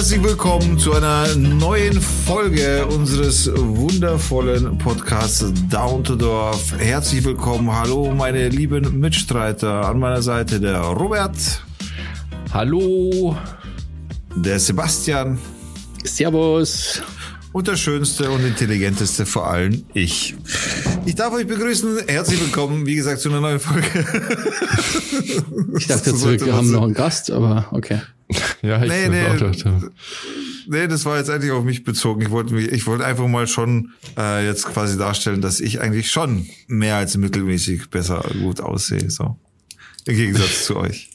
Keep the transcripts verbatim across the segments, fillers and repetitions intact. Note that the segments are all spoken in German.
herzlich willkommen zu einer neuen Folge unseres wundervollen Podcasts Down to Dorf. Herzlich willkommen, hallo meine lieben Mitstreiter. An meiner Seite der Robert. Hallo. Der Sebastian. Servus. Und der schönste und intelligenteste vor allem ich. Ich darf euch begrüßen. Herzlich willkommen, wie gesagt, zu einer neuen Folge. Ich dachte jetzt, wir haben noch einen Gast, aber okay. Ja, ich nee, nee, auch dachte. nee, das war jetzt eigentlich auf mich bezogen. Ich wollte mich, ich wollte einfach mal schon äh, jetzt quasi darstellen, dass ich eigentlich schon mehr als mittelmäßig besser gut aussehe. So. Im Gegensatz zu euch.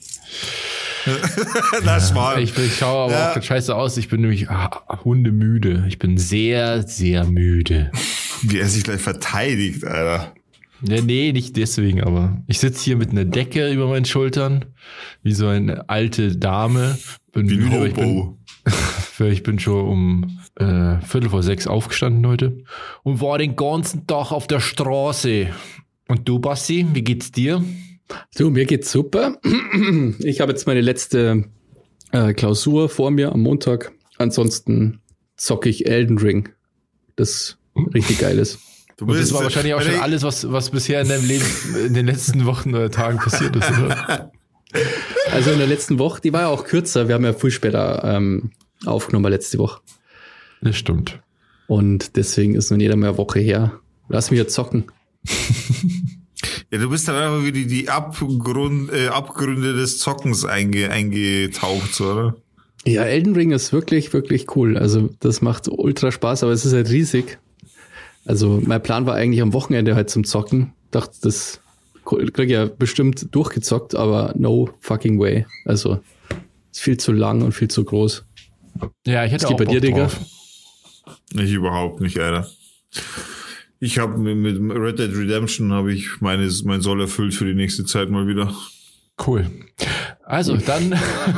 Das war. Ich, ich schaue aber ja. auch scheiße aus. Ich bin nämlich ah, hundemüde. Ich bin sehr, sehr müde. Wie er sich gleich verteidigt, Alter. Ja, nee, nicht deswegen, aber ich sitze hier mit einer Decke über meinen Schultern, wie so eine alte Dame. Bin wie müde, ein ich bin, ich bin schon um äh, Viertel vor sechs aufgestanden heute und war den ganzen Tag auf der Straße. Und du, Basti, wie geht's dir? Du, mir geht's super. Ich habe jetzt meine letzte äh, Klausur vor mir am Montag. Ansonsten zocke ich Elden Ring. Das richtig geil ist. Du Und das war wahrscheinlich auch schon alles, was, was bisher in deinem Leben in den letzten Wochen oder Tagen passiert ist, oder? Also in der letzten Woche, die war ja auch kürzer. Wir haben ja viel später ähm, aufgenommen letzte Woche. Das stimmt. Und deswegen ist noch nicht einmal eine Woche her. Lass mich jetzt zocken. Ja, du bist dann einfach wie die, die Abgrund, äh, Abgründe des Zockens einge, eingetaucht, so, oder? Ja, Elden Ring ist wirklich, wirklich cool. Also das macht ultra Spaß, aber es ist halt riesig. Also mein Plan war eigentlich am Wochenende halt zum Zocken. Dachte, das krieg ich ja bestimmt durchgezockt, aber no fucking way. Also ist viel zu lang und viel zu groß. Ja, ich hätte auch bei Bock dir, Digga? drauf. Ich überhaupt nicht, Alter. Ich habe mit, mit Red Dead Redemption habe ich meine, mein Soll erfüllt für die nächste Zeit mal wieder. Cool. Also, dann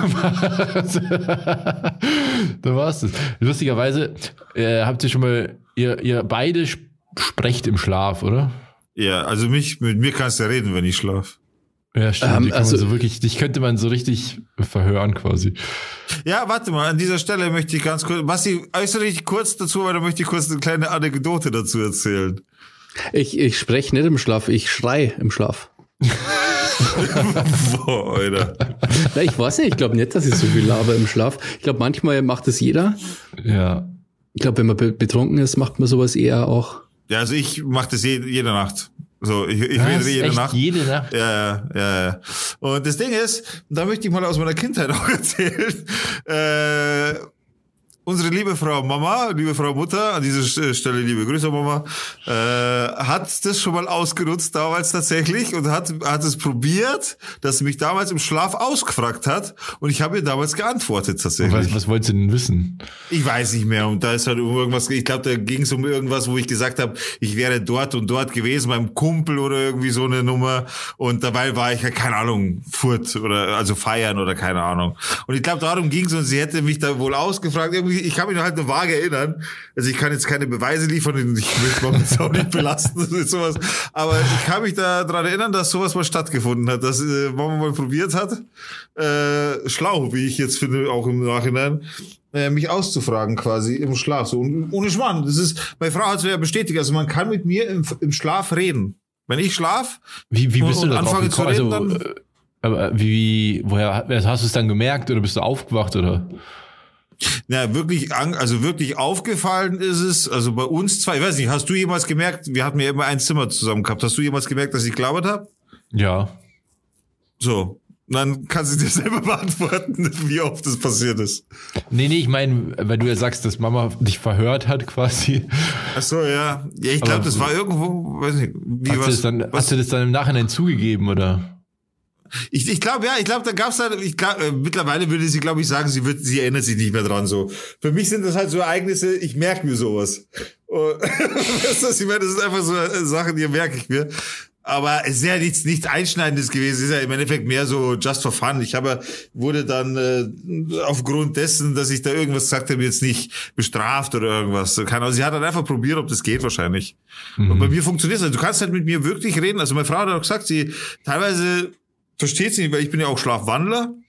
da war's das. Lustigerweise äh, habt ihr schon mal, ihr, ihr beide sp- sprecht im Schlaf, oder? Ja, also mich, mit mir kannst du ja reden, wenn ich schlaf. Ja, stimmt. Ähm, Die kann also, man so wirklich, dich könnte man so richtig verhören quasi. Ja, warte mal, an dieser Stelle möchte ich ganz kurz, Basti, äußere dich kurz dazu, weil da möchte ich kurz eine kleine Anekdote dazu erzählen. Ich, ich spreche nicht im Schlaf, ich schrei im Schlaf. Boah, Alter. Na, ich weiß nicht, ich glaube nicht, dass ich so viel laber im Schlaf. Ich glaube, manchmal macht das jeder. Ja. Ich glaube, wenn man be- betrunken ist, macht man sowas eher auch. Ja, also ich mache das je, jede Nacht. So, ich, ich Was? rede jede Echt? Nacht. Jede Nacht? Ja, ja, ja, ja. Und das Ding ist, da möchte ich mal aus meiner Kindheit auch erzählen. Äh, unsere liebe Frau Mama, liebe Frau Mutter, an dieser Stelle liebe Grüße Mama, äh, hat das schon mal ausgenutzt damals tatsächlich und hat hat es probiert, dass sie mich damals im Schlaf ausgefragt hat und ich habe ihr damals geantwortet tatsächlich. Was, was wolltest du denn wissen? Ich weiß nicht mehr. Und da ist halt um irgendwas, ich glaube, da ging es um irgendwas, wo ich gesagt habe, ich wäre dort und dort gewesen beim Kumpel oder irgendwie so eine Nummer. Und dabei war ich halt, keine Ahnung, furt oder also feiern oder keine Ahnung. Und ich glaube, darum ging es und sie hätte mich da wohl ausgefragt. Irgendwie, ich kann mich noch halt nur vage erinnern. Also ich kann jetzt keine Beweise liefern, ich möchte man jetzt auch nicht belasten mit sowas. Aber ich kann mich da dran erinnern, dass sowas mal stattgefunden hat, dass äh, Mama mal probiert hat. Äh, schlau, wie ich jetzt finde, auch im Nachhinein. Mich auszufragen quasi im Schlaf. So, und ohne Schmarrn. Das ist, meine Frau hat es ja bestätigt, also man kann mit mir im, im Schlaf reden. Wenn ich schlaf Wie, wie bist und, du da drauf anfange zu gekommen? reden, Also, dann, äh, aber wie, woher, hast du es dann gemerkt oder bist du aufgewacht oder? ja, wirklich, also wirklich aufgefallen ist es, also bei uns zwei, ich weiß nicht, hast du jemals gemerkt, wir hatten ja immer ein Zimmer zusammen gehabt, hast du jemals gemerkt, dass ich gelabert habe? Ja. So. Dann kannst du dir selber beantworten, wie oft das passiert ist. Nee, nee, ich meine, weil du ja sagst, dass Mama dich verhört hat quasi. Ach so, ja. Ja, ich glaube, das war irgendwo, weiß nicht, wie hast was, du das dann, was, hast du das dann im Nachhinein zugegeben, oder? Ich, ich glaube, ja, ich glaube, da gab's halt, ich glaube, äh, mittlerweile würde sie, glaube ich, sagen, sie wird, sie erinnert sich nicht mehr dran, so. Für mich sind das halt so Ereignisse, ich merke mir sowas. Und, weißt du, was ich meine, das sind einfach so äh, Sachen, die merke ich mir. Aber es ist ja nichts, nichts Einschneidendes gewesen. Es ist ja im Endeffekt mehr so just for fun. Ich habe, wurde dann äh, aufgrund dessen, dass ich da irgendwas gesagt habe, jetzt nicht bestraft oder irgendwas. Keine Ahnung. Sie hat dann einfach probiert, ob das geht wahrscheinlich. Mhm. Und bei mir funktioniert es. Also du kannst halt mit mir wirklich reden. Also meine Frau hat auch gesagt, sie teilweise versteht sie nicht, weil ich bin ja auch Schlafwandler.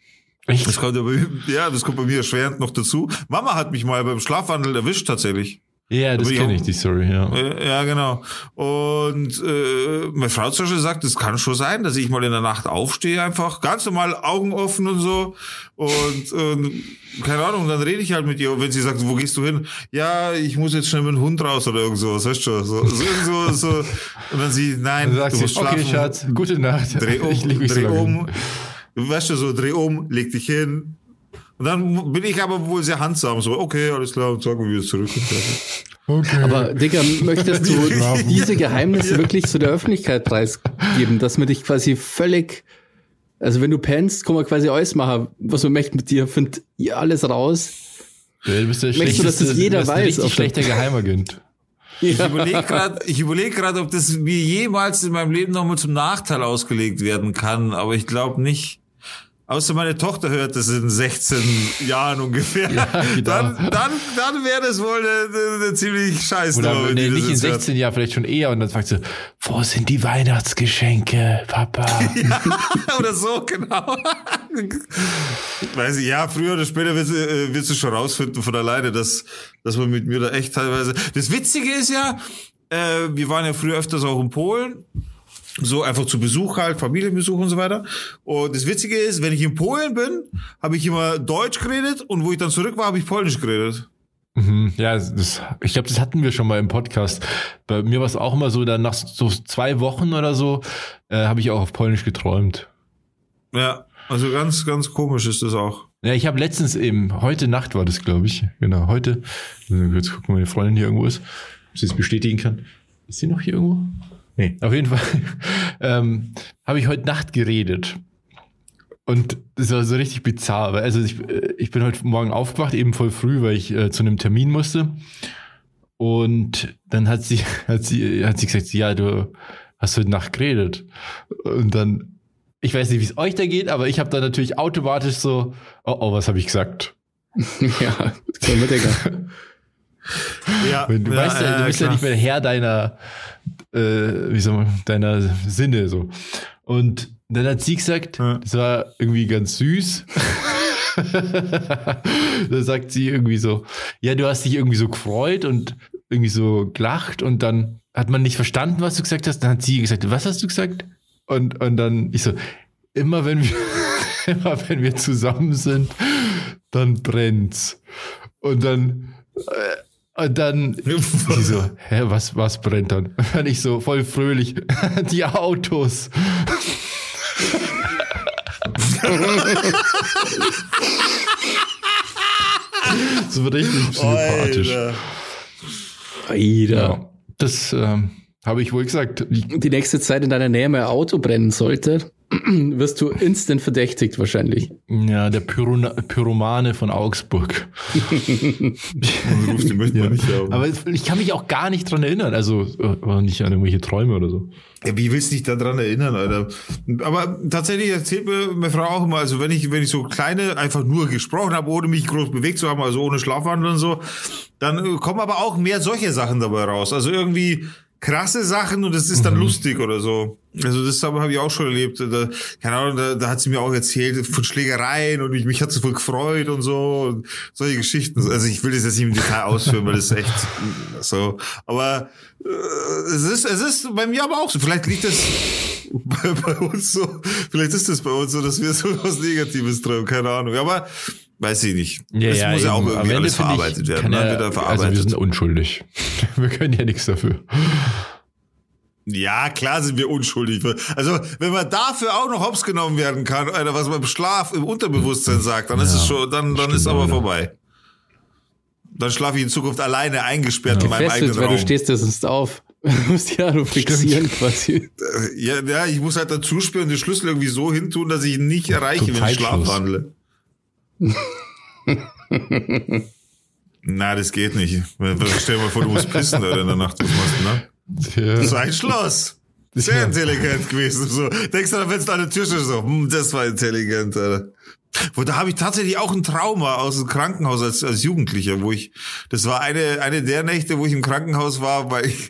Echt? Das kommt, aber, ja, das kommt bei mir erschwerend noch dazu. Mama hat mich mal beim Schlafwandel erwischt, tatsächlich. Ja, das kenne ich, die Story, ja. Ja, genau. Und äh, meine Frau zum Beispiel sagt, es kann schon sein, dass ich mal in der Nacht aufstehe, einfach ganz normal Augen offen und so. Und äh, keine Ahnung, dann rede ich halt mit ihr. Und wenn sie sagt, wo gehst du hin? Ja, ich muss jetzt schnell mit dem Hund raus oder irgend sowas, weißt du schon. So, so, so, so. Und dann sie, nein, dann sagt du musst sie, schlafen. Okay, Schatz, gute Nacht. Dreh um, ich leg mich dreh so um. Weißt du, so, dreh um, leg dich hin. Und dann bin ich aber wohl sehr handsam, so, okay, alles klar, und sagen wir wieder zurück. Okay. Aber, Digga, möchtest du diese Geheimnisse wirklich zu der Öffentlichkeit preisgeben, dass man dich quasi völlig, also wenn du pennst, kann man quasi alles machen, was man möchte mit dir, findet ihr alles raus. Ja, du bist der Möchtest du, dass das jeder du bist weiß? ein richtig schlechter Geheimagent. Ich überlege gerade, ich überlege gerade, ob das mir jemals in meinem Leben nochmal zum Nachteil ausgelegt werden kann, aber ich glaube nicht. Außer meine Tochter hört das in sechzehn Jahren ungefähr. Ja, genau. Dann, dann, dann wäre das wohl eine, eine, eine ziemlich scheiß Nummer. Oder nee, nicht in sechzehn Jahren, vielleicht schon eher. Und dann fragt sie, wo sind die Weihnachtsgeschenke, Papa? Ja, oder so, genau. Weiß ich, ja, früher oder später wirst, äh, wirst du schon rausfinden von alleine, dass, dass man mit mir da echt teilweise... Das Witzige ist ja, äh, wir waren ja früher öfters auch in Polen. So einfach zu Besuch halt, Familienbesuch und so weiter. Und das Witzige ist, wenn ich in Polen bin, habe ich immer Deutsch geredet und wo ich dann zurück war, habe ich Polnisch geredet. Mhm, ja, das, ich glaube, das hatten wir schon mal im Podcast. Bei mir war es auch immer so, dann nach so zwei Wochen oder so, äh, habe ich auch auf Polnisch geträumt. Ja, also ganz, ganz komisch ist das auch. Ja, ich habe letztens eben, heute Nacht war das, glaube ich. Genau, heute. Jetzt gucken, ob meine Freundin hier irgendwo ist, ob sie es bestätigen kann. Ist sie noch hier irgendwo? Nee, auf jeden Fall ähm, habe ich heute Nacht geredet. Und das war so richtig bizarr. Weil also ich, ich bin heute Morgen aufgewacht, eben voll früh, weil ich äh, zu einem Termin musste. Und dann hat sie, hat sie, hat sie gesagt, ja, du hast heute Nacht geredet. Und dann, ich weiß nicht, wie es euch da geht, aber ich habe dann natürlich automatisch so, oh, oh, was habe ich gesagt? Ja, können wir denken. Ja, du ja, weißt ja, du ja, bist ja nicht mehr Herr deiner, äh, wie soll man, deiner Sinne so. Und dann hat sie gesagt, ja. Das war irgendwie ganz süß. Da sagt sie irgendwie so, ja, du hast dich irgendwie so gefreut und irgendwie so gelacht und dann hat man nicht verstanden, was du gesagt hast. Dann hat sie gesagt, was hast du gesagt? Und, und dann ich so, immer wenn wir, immer wenn wir zusammen sind, dann brennt's. Und dann, äh, Und dann, sie so, hä, was, was brennt dann? Und ich so, voll fröhlich, die Autos. So richtig psychopathisch. Alter. Alter. Ja, das ähm, habe ich wohl gesagt. Die nächste Zeit in deiner Nähe mal ein Auto brennen sollte, wirst du instant verdächtigt wahrscheinlich. Ja, der Pyrona, Pyromane von Augsburg. Man ruft die möchte man Ja. nicht haben. Aber ich kann mich auch gar nicht dran erinnern, also äh, nicht an irgendwelche Träume oder so. Ja, wie willst du dich da dran erinnern, Alter? Aber tatsächlich erzählt mir meine Frau auch immer, also wenn ich, wenn ich so kleine einfach nur gesprochen habe, ohne mich groß bewegt zu haben, also ohne Schlafwandel und so, dann kommen aber auch mehr solche Sachen dabei raus. Also irgendwie krasse Sachen und es ist dann mhm. lustig oder so. Also das habe hab ich auch schon erlebt. Da, keine Ahnung, da, da hat sie mir auch erzählt von Schlägereien und ich, mich hat sie voll gefreut und so und solche Geschichten. Also ich will das jetzt nicht im Detail ausführen, weil das ist echt so. Aber äh, es ist es ist bei mir aber auch so. Vielleicht liegt das bei, bei uns so. Vielleicht ist das bei uns so, dass wir so was Negatives träumen. Keine Ahnung. Aber weiß ich nicht. Ja, es ja, muss ja auch eben. irgendwie Am alles Ende, verarbeitet ich, werden. Ja, Dann wird er verarbeitet. also wir sind unschuldig. Wir können ja nichts dafür. Ja, klar sind wir unschuldig. Also, wenn man dafür auch noch hops genommen werden kann, Alter, was man im Schlaf, im Unterbewusstsein sagt, dann ja, ist es schon, dann, dann ist aber oder? vorbei. Dann schlafe ich in Zukunft alleine eingesperrt ja. in meinem eigenen weil Raum. Du stehst ja sonst auf. Du musst ja nur fixieren quasi. Ja, ja, ich muss halt dann zuspüren und den Schlüssel irgendwie so hintun, dass ich ihn nicht erreiche, wenn ich Schlaf wandle. Na, das geht nicht. Stell dir mal vor, du musst pissen, Alter, in der Nacht. Was machst du, ne? Ja. Das war ein Schloss. Sehr ja. intelligent gewesen. So. Denkst du, wenn es an der Tür steht, so, hm, das war intelligent, Alter. Wo, da habe ich tatsächlich auch ein Trauma aus dem Krankenhaus als, als Jugendlicher, wo ich, das war eine, eine der Nächte, wo ich im Krankenhaus war, weil ich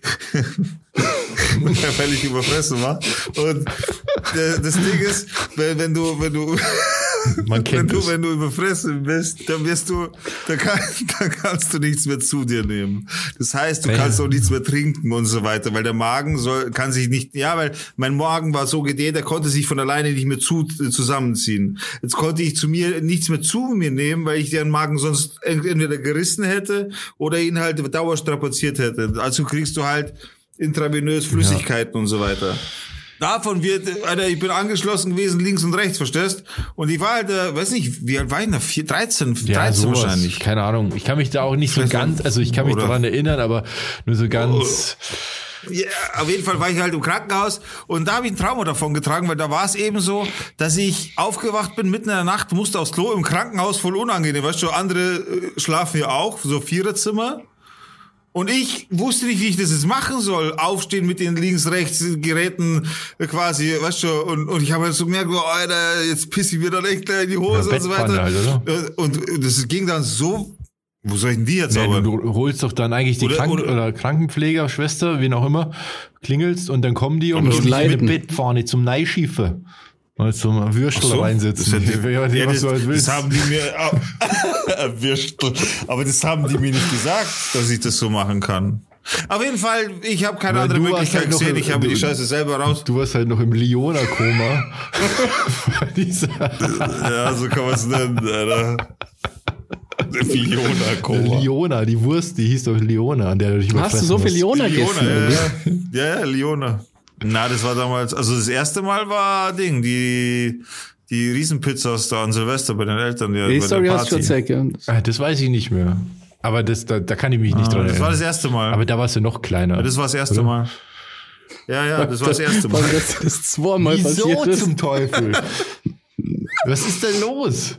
völlig überfressen war. Und das Ding ist, wenn, wenn du, wenn du, Man wenn kennt du, es. wenn du überfressen bist, dann wirst du, dann, kann, dann kannst du nichts mehr zu dir nehmen. Das heißt, du Ja. kannst auch nichts mehr trinken und so weiter, weil der Magen soll, kann sich nicht, ja, weil mein Magen war so gedehnt, der konnte sich von alleine nicht mehr zu, zusammenziehen. Jetzt konnte ich zu mir nichts mehr zu mir nehmen, weil ich den Magen sonst entweder gerissen hätte oder ihn halt dauerstrapaziert hätte. Also kriegst du halt intravenös Flüssigkeiten ja. und so weiter. Davon wird, Alter, ich bin angeschlossen gewesen, links und rechts, verstehst? Und ich war halt, äh, weiß nicht, wie alt war ich da? Vier, dreizehn, Ja, dreizehn sowas. wahrscheinlich. Keine Ahnung. Ich kann mich da auch nicht so Vielleicht ganz, also ich kann mich oder- daran erinnern, aber nur so ganz. Ja, auf jeden Fall war ich halt im Krankenhaus und da habe ich ein Trauma davon getragen, weil da war es eben so, dass ich aufgewacht bin mitten in der Nacht, musste aufs Klo im Krankenhaus, voll unangenehm. Weißt du, andere äh, schlafen ja auch, so Viererzimmer. Und ich wusste nicht, wie ich das jetzt machen soll. Aufstehen mit den links-rechts-Geräten quasi, weißt du, und, und ich habe halt so gemerkt, oh, Alter, jetzt pisse ich mir dann echt gleich in die Hose Ja, und so Bettpfanne weiter. halt, oder? Und das ging dann so, wo soll ich denn die jetzt Ja, aber? du, du holst doch dann eigentlich die Oder- Kranken- oder- oder Krankenpfleger, Schwester, wen auch immer, klingelst und dann kommen die und musst musst eine leiten. Bettpfanne zum Neischiefen. Und zum Würstel So, reinsitzen. das, hat die, Ja, ja, was das, du halt das willst. haben die mir, Würstel. Aber das haben die mir nicht gesagt, dass ich das so machen kann. Auf jeden Fall, ich habe keine Weil andere du warst Möglichkeit halt noch gesehen, im- ich habe die du- Scheiße selber raus. Du warst halt noch im Liona-Koma. Dieser- Ja, so kann man es nennen, Alter. Liona-Koma. Liona, die Wurst, die hieß doch Liona, an der du dich Hast du so viel Liona Liona, gegessen? ja, ja, ja, Liona. Na, das war damals, also das erste Mal war Ding, die, die Riesenpizzas da an Silvester bei den Eltern. Die, Die bei Story der hast du Party. schon erzählt. Ja. Ah, das weiß ich nicht mehr. Aber das, da, da kann ich mich nicht dran Ah, das war das erinnern. erste Mal. Aber da warst du noch kleiner. das war das erste oder? Mal. Ja, ja, das war das erste Mal. Das ist zweimal Wieso passiert. ist. zum Teufel? Was ist denn los?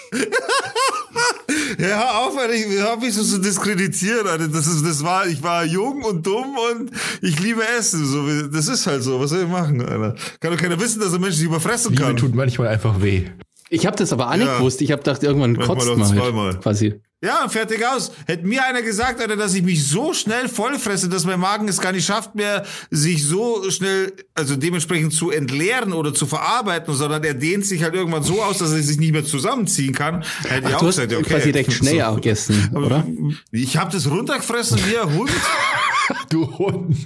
Ja, hör auf, Alter, ich hör mich so zu diskreditieren, Alter. Das ist, das war, ich war jung und dumm und ich liebe Essen. So, das ist halt so. Was soll ich machen, Alter? Kann doch keiner wissen, dass ein Mensch sich überfressen Liebe kann. tut manchmal einfach weh. Ich habe das aber auch nicht Ja. gewusst. Ich habe gedacht, irgendwann Manchmal kotzt auch man zweimal. halt quasi. Ja, fertig aus. Hätte mir einer gesagt, Alter, dass ich mich so schnell vollfresse, dass mein Magen es gar nicht schafft mehr, sich so schnell, also dementsprechend zu entleeren oder zu verarbeiten, sondern er dehnt sich halt irgendwann so aus, dass er sich nicht mehr zusammenziehen kann. Hätte ich Ach, auch du hast gesagt, okay. quasi recht schnell So. auch gegessen, oder? Ich habe das runtergefressen wie ein Hund. Du Hund.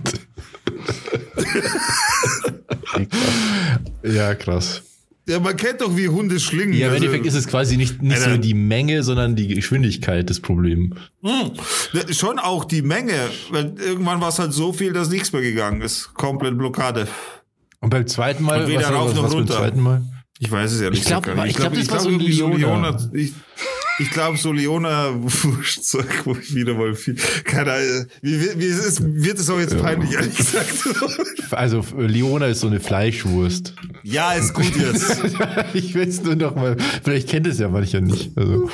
Ja, krass. Ja, man kennt doch, wie Hunde schlingen. Ja, im Also- Endeffekt ist es quasi nicht, nicht Alter. so die Menge, sondern die Geschwindigkeit des Problems. Hm. Ja, schon auch die Menge, weil irgendwann war es halt so viel, dass nichts mehr gegangen ist. Komplett Blockade. Und beim zweiten Mal, Und weder was, rauf was, noch was beim runter. zweiten Mal? Ich weiß es ja nicht. Ich glaub, ich glaub, das war so ein irgendwie Leona. Ich, ich glaube, so Leona-Wurstzeug, wo ich wieder mal viel. Keine Ahnung. Wie, wie, wie ist, wird es auch jetzt peinlich, ehrlich gesagt. Also Leona ist so eine Fleischwurst. Ja, ist gut jetzt. Ich will es nur noch mal. Vielleicht kennt es ja mancher nicht. Also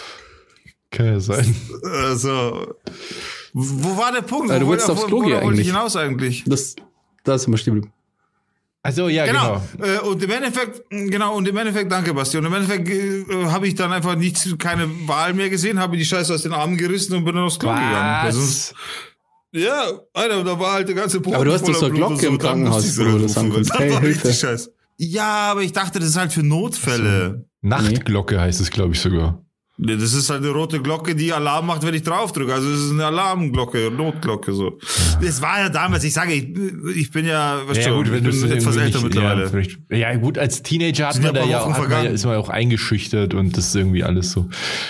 kann ja sein. Also, wo war der Punkt? Ja, du Wo wolltest wollte- aufs Klo wo- wo gehen wollte ich eigentlich. hinaus eigentlich? Das, da sind wir stehen geblieben. Also ja, Genau. genau. Äh, und im Endeffekt, genau, und im Endeffekt, danke Basti. Und im Endeffekt äh, habe ich dann einfach nichts, keine Wahl mehr gesehen, habe die Scheiße aus den Armen gerissen und bin dann aufs Klo gegangen. Weil sonst- ja, Alter, da war halt der ganze Boden Aber du hast doch voller so eine Blut Glocke und im dann Krankenhaus, musste ich wo du halt das rufen, ankommst. weil Hey, das war Hilfe. richtig scheiße. Ja, aber ich dachte, das ist halt für Notfälle. Nachtglocke heißt es, glaube ich, sogar. Nee, das ist halt eine rote Glocke, die Alarm macht, wenn ich draufdrücke. Also es ist eine Alarmglocke, Notglocke so. Das war ja damals, ich sage, ich, ich bin ja, weißt Ja, du, gut, wenn ich du bin etwas älter nicht, mittlerweile. Ja, vielleicht- ja, gut, als Teenager hat Sind man ja da ein paar ja, Wochen hat man ja, vergangen. ist man ja auch eingeschüchtert und das ist irgendwie alles so.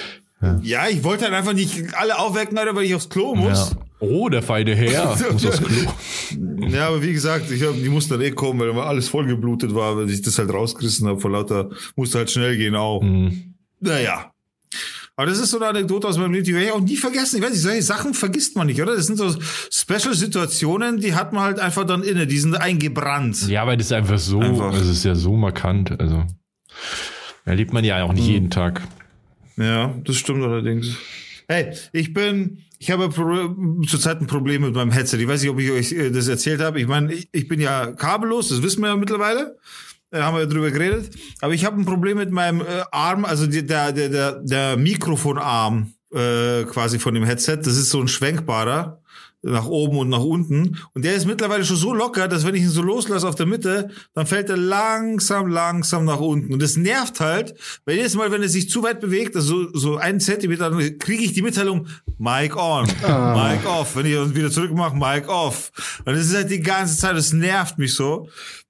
Ja, ich wollte halt einfach nicht alle aufwecken, Alter, weil ich aufs Klo muss. Ja. Oh, der feine Herr muss aufs Klo. Ja, aber wie gesagt, ich hab, die mussten dann eh kommen, weil immer alles vollgeblutet war, weil ich das halt rausgerissen habe vor lauter, musste halt schnell gehen auch. Mhm. Naja. Aber das ist so eine Anekdote aus meinem Leben, die werde ich auch nie vergessen. Ich weiß nicht, solche Sachen vergisst man nicht, oder? Das sind so Special-Situationen, die hat man halt einfach dann inne, die sind eingebrannt. Ja, weil das ist einfach so, Einfach. es ist ja so markant, also erlebt man ja auch nicht jeden Tag. Ja, das stimmt allerdings. Hey, ich bin, ich habe Pro- zurzeit ein Problem mit meinem Headset. Ich weiß nicht, ob ich euch äh, das erzählt habe. Ich meine, ich, ich bin ja kabellos, das wissen wir ja mittlerweile. Da haben wir ja drüber geredet. Aber ich habe ein Problem mit meinem äh, Arm, also die, der, der, der, der Mikrofonarm äh, quasi von dem Headset. Das ist so ein schwenkbarer. nach oben und nach unten. Und der ist mittlerweile schon so locker, dass wenn ich ihn so loslasse auf der Mitte, dann fällt er langsam, langsam nach unten. Und das nervt halt, weil jedes Mal, wenn er sich zu weit bewegt, also so einen Zentimeter, dann kriege ich die Mitteilung, Mic on, ah. Mic off. Wenn ich uns wieder zurück mache, Mic off. Und das ist halt die ganze Zeit, das nervt mich so.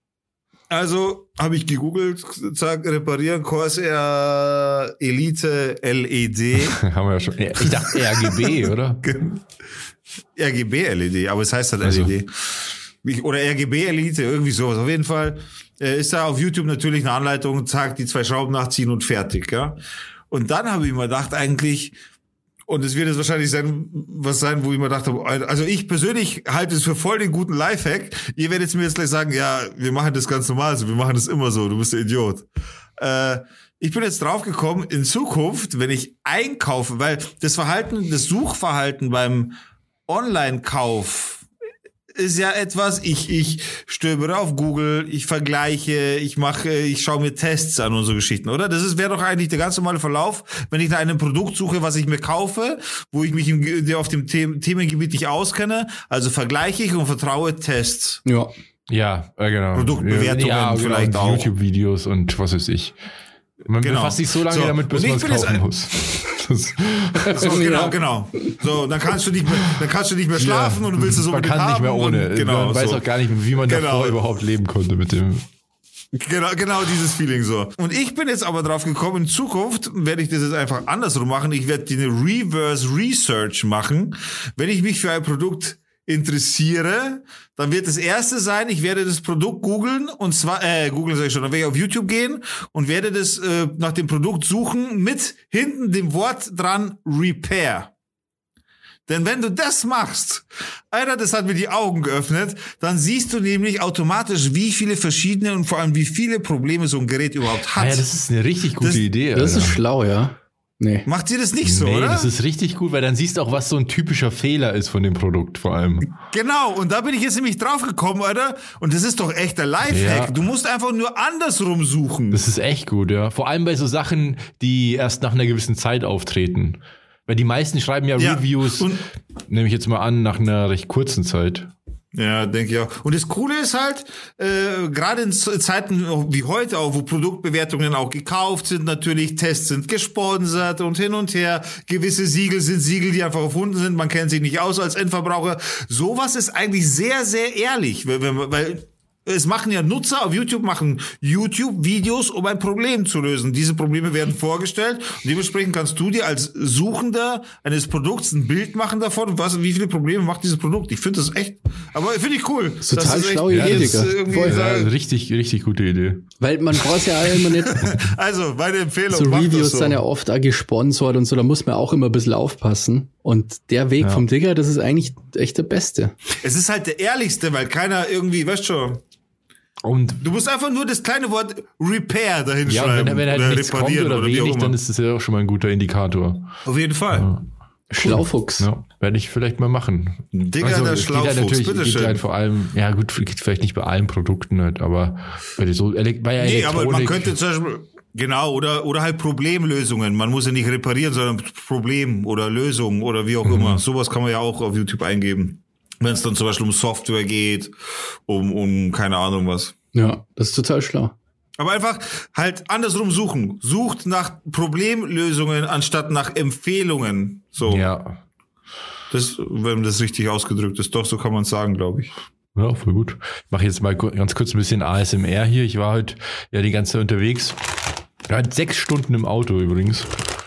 Also habe ich gegoogelt, zack, reparieren, Corsair Elite L E D. Haben wir ja schon. Ich dachte R G B, oder? R G B L E D, aber es heißt halt also. L E D. Oder R G B Elite, irgendwie sowas. Auf jeden Fall äh, ist da auf YouTube natürlich eine Anleitung, zack, die zwei Schrauben nachziehen und fertig. Ja. Und dann habe ich mir gedacht, eigentlich, und es wird jetzt wahrscheinlich sein, was sein, wo ich mir gedacht habe, also ich persönlich halte es für voll den guten Lifehack. Ihr werdet jetzt mir jetzt gleich sagen, ja, wir machen das ganz normal so, wir machen das immer so, du bist ein Idiot. Äh, ich bin jetzt draufgekommen, in Zukunft, wenn ich einkaufe, weil das Verhalten, das Suchverhalten beim Online-Kauf ist ja etwas, ich ich stöbere auf Google, ich vergleiche, ich mache, ich schaue mir Tests an und so Geschichten, oder? Das ist wäre doch eigentlich der ganz normale Verlauf, wenn ich nach einem Produkt suche, was ich mir kaufe, wo ich mich im, auf dem The- Themengebiet nicht auskenne, also vergleiche ich und vertraue Tests. Ja. Ja, äh, genau. Produktbewertungen ja, vielleicht genau, auch. YouTube-Videos und was weiß ich. Man genau. befasst sich so lange so, damit, bis man es kaufen muss. So, genau, genau. So, dann kannst du nicht mehr, dann kannst du nicht mehr schlafen ja, und du willst es so man kann nicht mehr ohne. Und, genau, man weiß so. auch gar nicht, wie man genau. davor überhaupt leben konnte mit dem. Genau, genau dieses Feeling so. Und ich bin jetzt aber drauf gekommen, in Zukunft werde ich das jetzt einfach andersrum machen. Ich werde eine Reverse Research machen, wenn ich mich für ein Produkt interessiere, dann wird das erste sein, ich werde das Produkt googeln und zwar, äh, googeln sag ich schon, dann werde ich auf YouTube gehen und werde das äh, nach dem Produkt suchen mit hinten dem Wort dran Repair. Denn wenn du das machst, Alter, das hat mir die Augen geöffnet, dann siehst du nämlich automatisch, wie viele verschiedene und vor allem wie viele Probleme so ein Gerät überhaupt hat. Ja, das ist eine richtig gute das, Idee. Alter. Das ist schlau, ja. Nee. Macht ihr das nicht so, nee, oder? Das ist richtig gut, weil dann siehst du auch, was so ein typischer Fehler ist von dem Produkt vor allem. Genau, und da bin ich jetzt nämlich drauf gekommen, Alter. Und das ist doch echt der Lifehack. Ja. Du musst einfach nur andersrum suchen. Das ist echt gut, ja. Vor allem bei so Sachen, die erst nach einer gewissen Zeit auftreten. Weil die meisten schreiben ja, ja. Reviews, und, nehme ich jetzt mal an, nach einer recht kurzen Zeit. Ja, denke ich auch. Und das Coole ist halt, äh, gerade in Zeiten wie heute auch, wo Produktbewertungen auch gekauft sind, natürlich Tests sind gesponsert und hin und her. Gewisse Siegel sind Siegel, die einfach erfunden sind. Man kennt sich nicht aus als Endverbraucher. Sowas ist eigentlich sehr, sehr ehrlich, weil, weil es machen ja Nutzer auf YouTube, machen YouTube-Videos, um ein Problem zu lösen. Diese Probleme werden vorgestellt und dementsprechend kannst du dir als Suchender eines Produkts ein Bild machen davon und was, wie viele Probleme macht dieses Produkt. Ich finde das echt, aber finde ich cool. Das ist total das schlaue Idee, Digga. Ja, richtig, richtig gute Idee. Weil man braucht ja immer nicht. Also, meine Empfehlung. So Reviews so. Sind ja oft auch gesponsert und so, da muss man auch immer ein bisschen aufpassen. Und der Weg ja. vom Digger, das ist eigentlich echt der beste. Es ist halt der ehrlichste, weil keiner irgendwie, weißt schon. Und du musst einfach nur das kleine Wort Repair dahin ja, schreiben. Ja, wenn, wenn halt nichts kommt oder, oder wenig, dann ist das ja auch schon mal ein guter Indikator. Auf jeden Fall. Ja. Schlaufuchs. Ja, werde ich vielleicht mal machen. Digga, also, der Schlaufuchs, halt bitteschön. Geht halt vor allem, ja gut, geht vielleicht nicht bei allen Produkten halt, aber bei so, bei ja nee, aber man könnte zum Beispiel, genau, oder, oder halt Problemlösungen. Man muss ja nicht reparieren, sondern Problem oder Lösung oder wie auch mhm. immer. Sowas kann man ja auch auf YouTube eingeben. Wenn es dann zum Beispiel um Software geht, um, um keine Ahnung was. Ja, das ist total schlau. Aber einfach halt andersrum suchen. Sucht nach Problemlösungen anstatt nach Empfehlungen. So. Ja. Das, wenn das richtig ausgedrückt ist. Doch, so kann man es sagen, glaube ich. Ja, voll gut. Ich mache jetzt mal ganz kurz ein bisschen A S M R hier. Ich war heute ja die ganze Zeit unterwegs. Ja, sechs Stunden im Auto übrigens.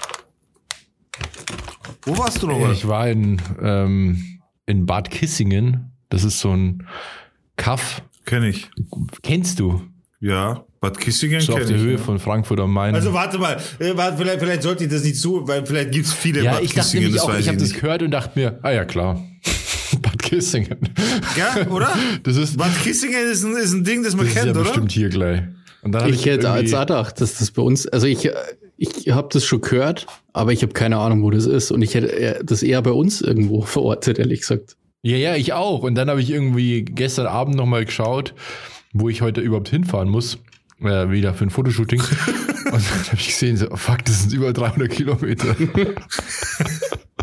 Wo warst du noch? Ich war in, ähm, in Bad Kissingen. Das ist so ein Kaff. Kenn ich. Kennst du? Ja, Bad Kissingen so kenn auf der ich, Höhe ja. von Frankfurt am Main. Also warte mal, vielleicht, vielleicht sollte ich das nicht zu, weil vielleicht gibt's viele ja, Bad ich dachte Kissingen, nämlich das auch, weiß ich habe das nicht. gehört und dachte mir, ah ja klar, Bad Kissingen. Ja, oder? Das ist, Bad Kissingen ist ein, ist ein Ding, das man das kennt, ist ja oder? Bestimmt hier gleich. Und dann ich, ich hätte als gedacht, dass das bei uns, also ich, ich habe das schon gehört, aber ich habe keine Ahnung, wo das ist und ich hätte das eher bei uns irgendwo verortet, ehrlich gesagt. Ja, ja, ich auch. Und dann habe ich irgendwie gestern Abend nochmal geschaut, wo ich heute überhaupt hinfahren muss. Äh, wieder für ein Fotoshooting. Und dann habe ich gesehen, so, oh fuck, das sind über dreihundert Kilometer.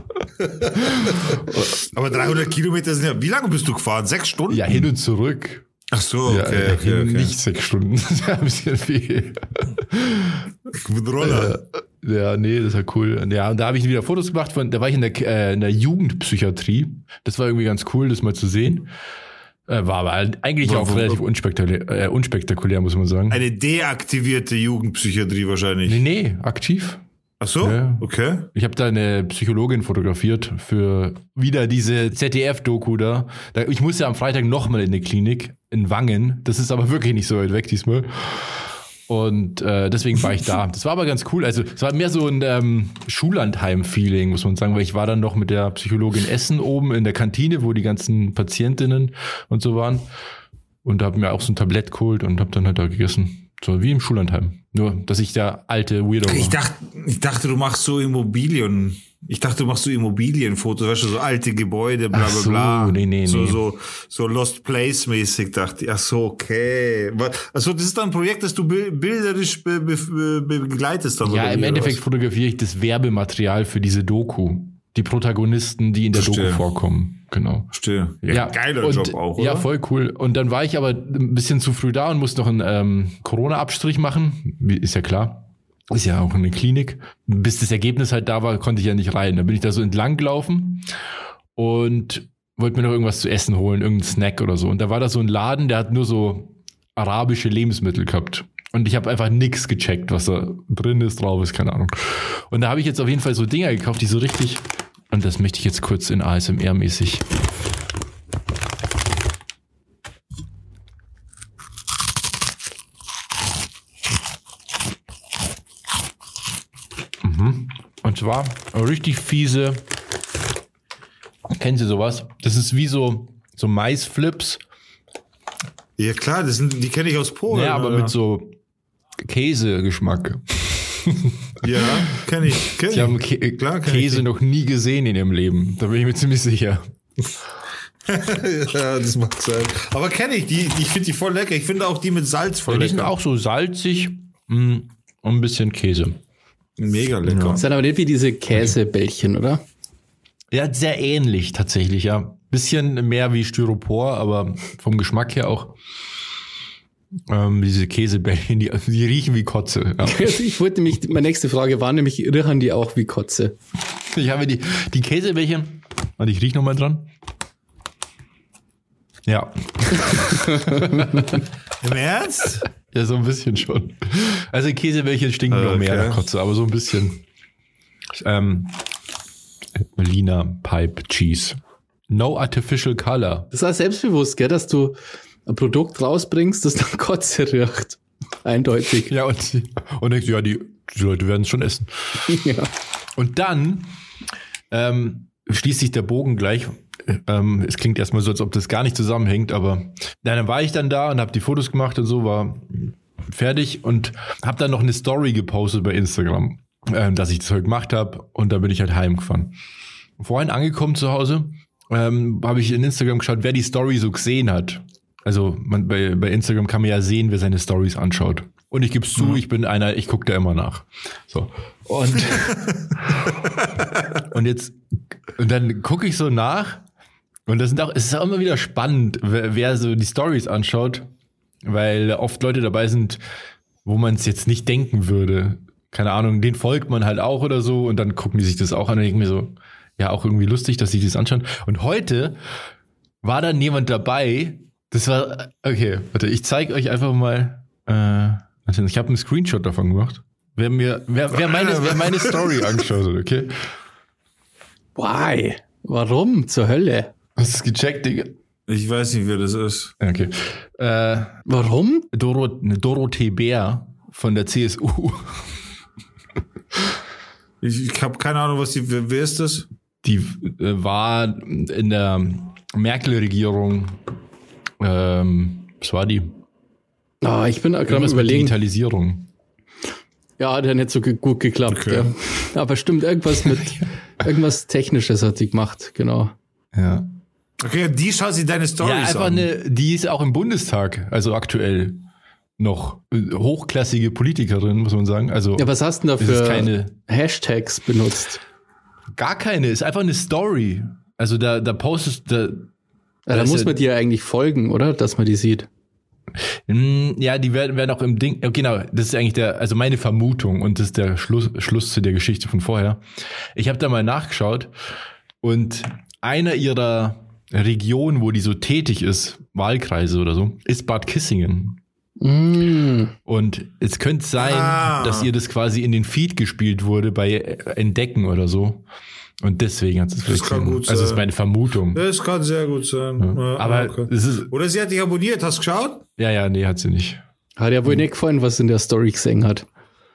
Aber dreihundert Kilometer sind ja, wie lange bist du gefahren? Sechs Stunden? Ja, hin und zurück. Ach so, okay, ja, okay, okay, okay. Nicht sechs Stunden, das ist ja ein bisschen viel. Mit Roller. Ja, ja, nee, das war cool. Ja, und da habe ich wieder Fotos gemacht, von, da war ich in der, äh, in der Jugendpsychiatrie. Das war irgendwie ganz cool, das mal zu sehen. Äh, war aber eigentlich wo, auch wo, relativ wo, unspektakulär, äh, unspektakulär, muss man sagen. Eine deaktivierte Jugendpsychiatrie wahrscheinlich. Nee, nee, aktiv. Ach so, ja. Okay. Ich habe da eine Psychologin fotografiert für wieder diese Z D F-Doku da. da. Ich musste am Freitag nochmal in die Klinik in Wangen. Das ist aber wirklich nicht so weit weg diesmal. Und äh, deswegen war ich da. Das war aber ganz cool. Also es war mehr so ein ähm, Schullandheim-Feeling, muss man sagen, weil ich war dann noch mit der Psychologin Essen oben in der Kantine, wo die ganzen Patientinnen und so waren. Und habe mir auch so ein Tablett geholt und habe dann halt da gegessen. So wie im Schullandheim. Nur, dass ich der alte Weirdo war. Ich dachte, ich dachte, du machst so Immobilien. Ich dachte, du machst so Immobilienfotos, weißt du, so alte Gebäude, bla, bla, so, bla. Nee, nee, so, nee. so, so Lost Place-mäßig, dachte ich. Ach so, okay. Also, das ist dann ein Projekt, das du bilderisch be, be, be, begleitest dann, Ja, oder im wie, Endeffekt oder fotografiere ich das Werbematerial für diese Doku. Die Protagonisten, die in der Verstehe. Doku vorkommen. Genau. Verstehe. Ja, Ja, geiler und, Job auch, oder? Ja, voll cool. Und dann war ich aber ein bisschen zu früh da und musste noch einen ähm, Corona-Abstrich machen. Wie- Ist ja klar. Ist ja auch eine Klinik. Bis das Ergebnis halt da war, konnte ich ja nicht rein. Dann bin ich da so entlang gelaufen und wollte mir noch irgendwas zu essen holen, irgendeinen Snack oder so. Und da war da so ein Laden, der hat nur so arabische Lebensmittel gehabt. Und ich habe einfach nix gecheckt, was da drin ist, drauf ist, keine Ahnung. Und da habe ich jetzt auf jeden Fall so Dinger gekauft, die so richtig... Und das möchte ich jetzt kurz in A S M R-mäßig... Mhm. Und zwar richtig fiese... Kennen Sie sowas? Das ist wie so, so Maisflips. Ja, klar, das sind, die kenne ich aus Polen. Ja, aber oder? mit so Käsegeschmack. Ja, kenne ich. Kenn Sie haben ich. Kä Klar, kenn Käse ich. noch nie gesehen in ihrem Leben. Da bin ich mir ziemlich sicher. Ja, das mag sein. Aber kenne ich, die, die ich finde die voll lecker. Ich finde auch die mit Salz voll Die sind lecker. auch so salzig mh, und ein bisschen Käse. Mega lecker. Das sind aber nicht wie diese Käsebällchen, oder? Ja, sehr ähnlich tatsächlich, ja. Bisschen mehr wie Styropor, aber vom Geschmack her auch ähm, diese Käsebällchen, die, die riechen wie Kotze. Ja. Ich wollte mich, meine nächste Frage war nämlich, riechen die auch wie Kotze? Ich habe die, die Käsebällchen und ich rieche nochmal dran. Ja. Im Ernst? Ja, so ein bisschen schon. Also Käsebällchen stinken Okay. noch mehr nach Kotze, aber so ein bisschen. Ähm, Berliner Pipe Cheese. No artificial color. Das war selbstbewusst, gell, dass du ein Produkt rausbringst, das dann Kotze riecht. Eindeutig. Ja, und, und denkst, ja, die, die Leute werden es schon essen. Ja. Und dann ähm, schließt sich der Bogen gleich. Ähm, es klingt erstmal so, als ob das gar nicht zusammenhängt, aber ja, dann war ich dann da und habe die Fotos gemacht und so, war fertig und habe dann noch eine Story gepostet bei Instagram, ähm, dass ich das heute gemacht habe und dann bin ich halt heimgefahren. Vorhin angekommen zu Hause, ähm, habe ich in Instagram geschaut, wer die Story so gesehen hat. Also man, bei, bei Instagram kann man ja sehen, wer seine Stories anschaut. Und ich gebe es zu, mhm. ich bin einer, ich gucke da immer nach. So. Und, und jetzt, und dann gucke ich so nach und das sind auch, es ist auch immer wieder spannend, wer, wer so die Stories anschaut, weil oft Leute dabei sind, wo man es jetzt nicht denken würde. Keine Ahnung, den folgt man halt auch oder so und dann gucken die sich das auch an und denken mir so, ja, auch irgendwie lustig, dass sie das anschauen. Und heute war dann jemand dabei, das war, okay, warte, ich zeige euch einfach mal, äh, ich habe einen Screenshot davon gemacht. Wer mir, wer, wer, meine, wer meine Story angeschaut hat, okay? Why? Warum? Zur Hölle? Hast du es gecheckt, Digga? Ich weiß nicht, wer das ist. Okay. Äh, Warum? Doro, Dorothee Bär von der C S U. Ich, ich habe keine Ahnung, was die, wer, wer ist das? Die äh, war in der Merkel-Regierung, ähm, was war die? Ah, ich bin gerade Irgendwas mit überlegen. Digitalisierung. Ja, der hat nicht so ge- gut geklappt. Okay. Ja. Aber stimmt, irgendwas mit, irgendwas Technisches hat sie gemacht, genau. Ja. Okay, die schaut sich deine Storys Ja, einfach an. eine, die ist auch im Bundestag, also aktuell noch hochklassige Politikerin, muss man sagen. Also Ja, was hast du denn da es ist für keine, Hashtags benutzt? Gar keine, ist einfach eine Story. Also da, da postest da, ja, da, da muss ja, man dir eigentlich folgen, oder? Dass man die sieht. Ja, die werden, werden auch im Ding, genau, das ist eigentlich der, also meine Vermutung und das ist der Schluss, Schluss zu der Geschichte von vorher. Ich habe da mal nachgeschaut und einer ihrer Regionen, wo die so tätig ist, Wahlkreise oder so, ist Bad Kissingen. Mm. Und es könnte sein, ah. dass ihr das quasi in den Feed gespielt wurde bei Entdecken oder so. Und deswegen hat es das vielleicht kann sein. gut Also das sein. ist meine Vermutung. Das kann sehr gut sein. Ja. Ja, Aber okay. es ist, Oder sie hat dich abonniert, hast du geschaut? ja, ja, nee, hat sie nicht. Hat ja wohl nicht gefallen, was in der Story gesehen hat.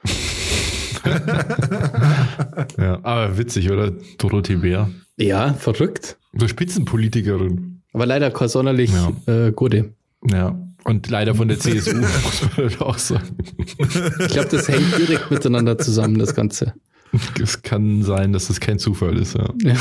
Ja, aber witzig, oder? Dorothee Bär. Ja, verrückt. So Spitzenpolitikerin. Aber leider keine sonderlich Ja. äh, gute. Ja. Und leider von der C S U, muss man halt auch sagen. Ich glaube, das hängt direkt miteinander zusammen, das Ganze. Es kann sein, dass das kein Zufall ist, ja. Ja.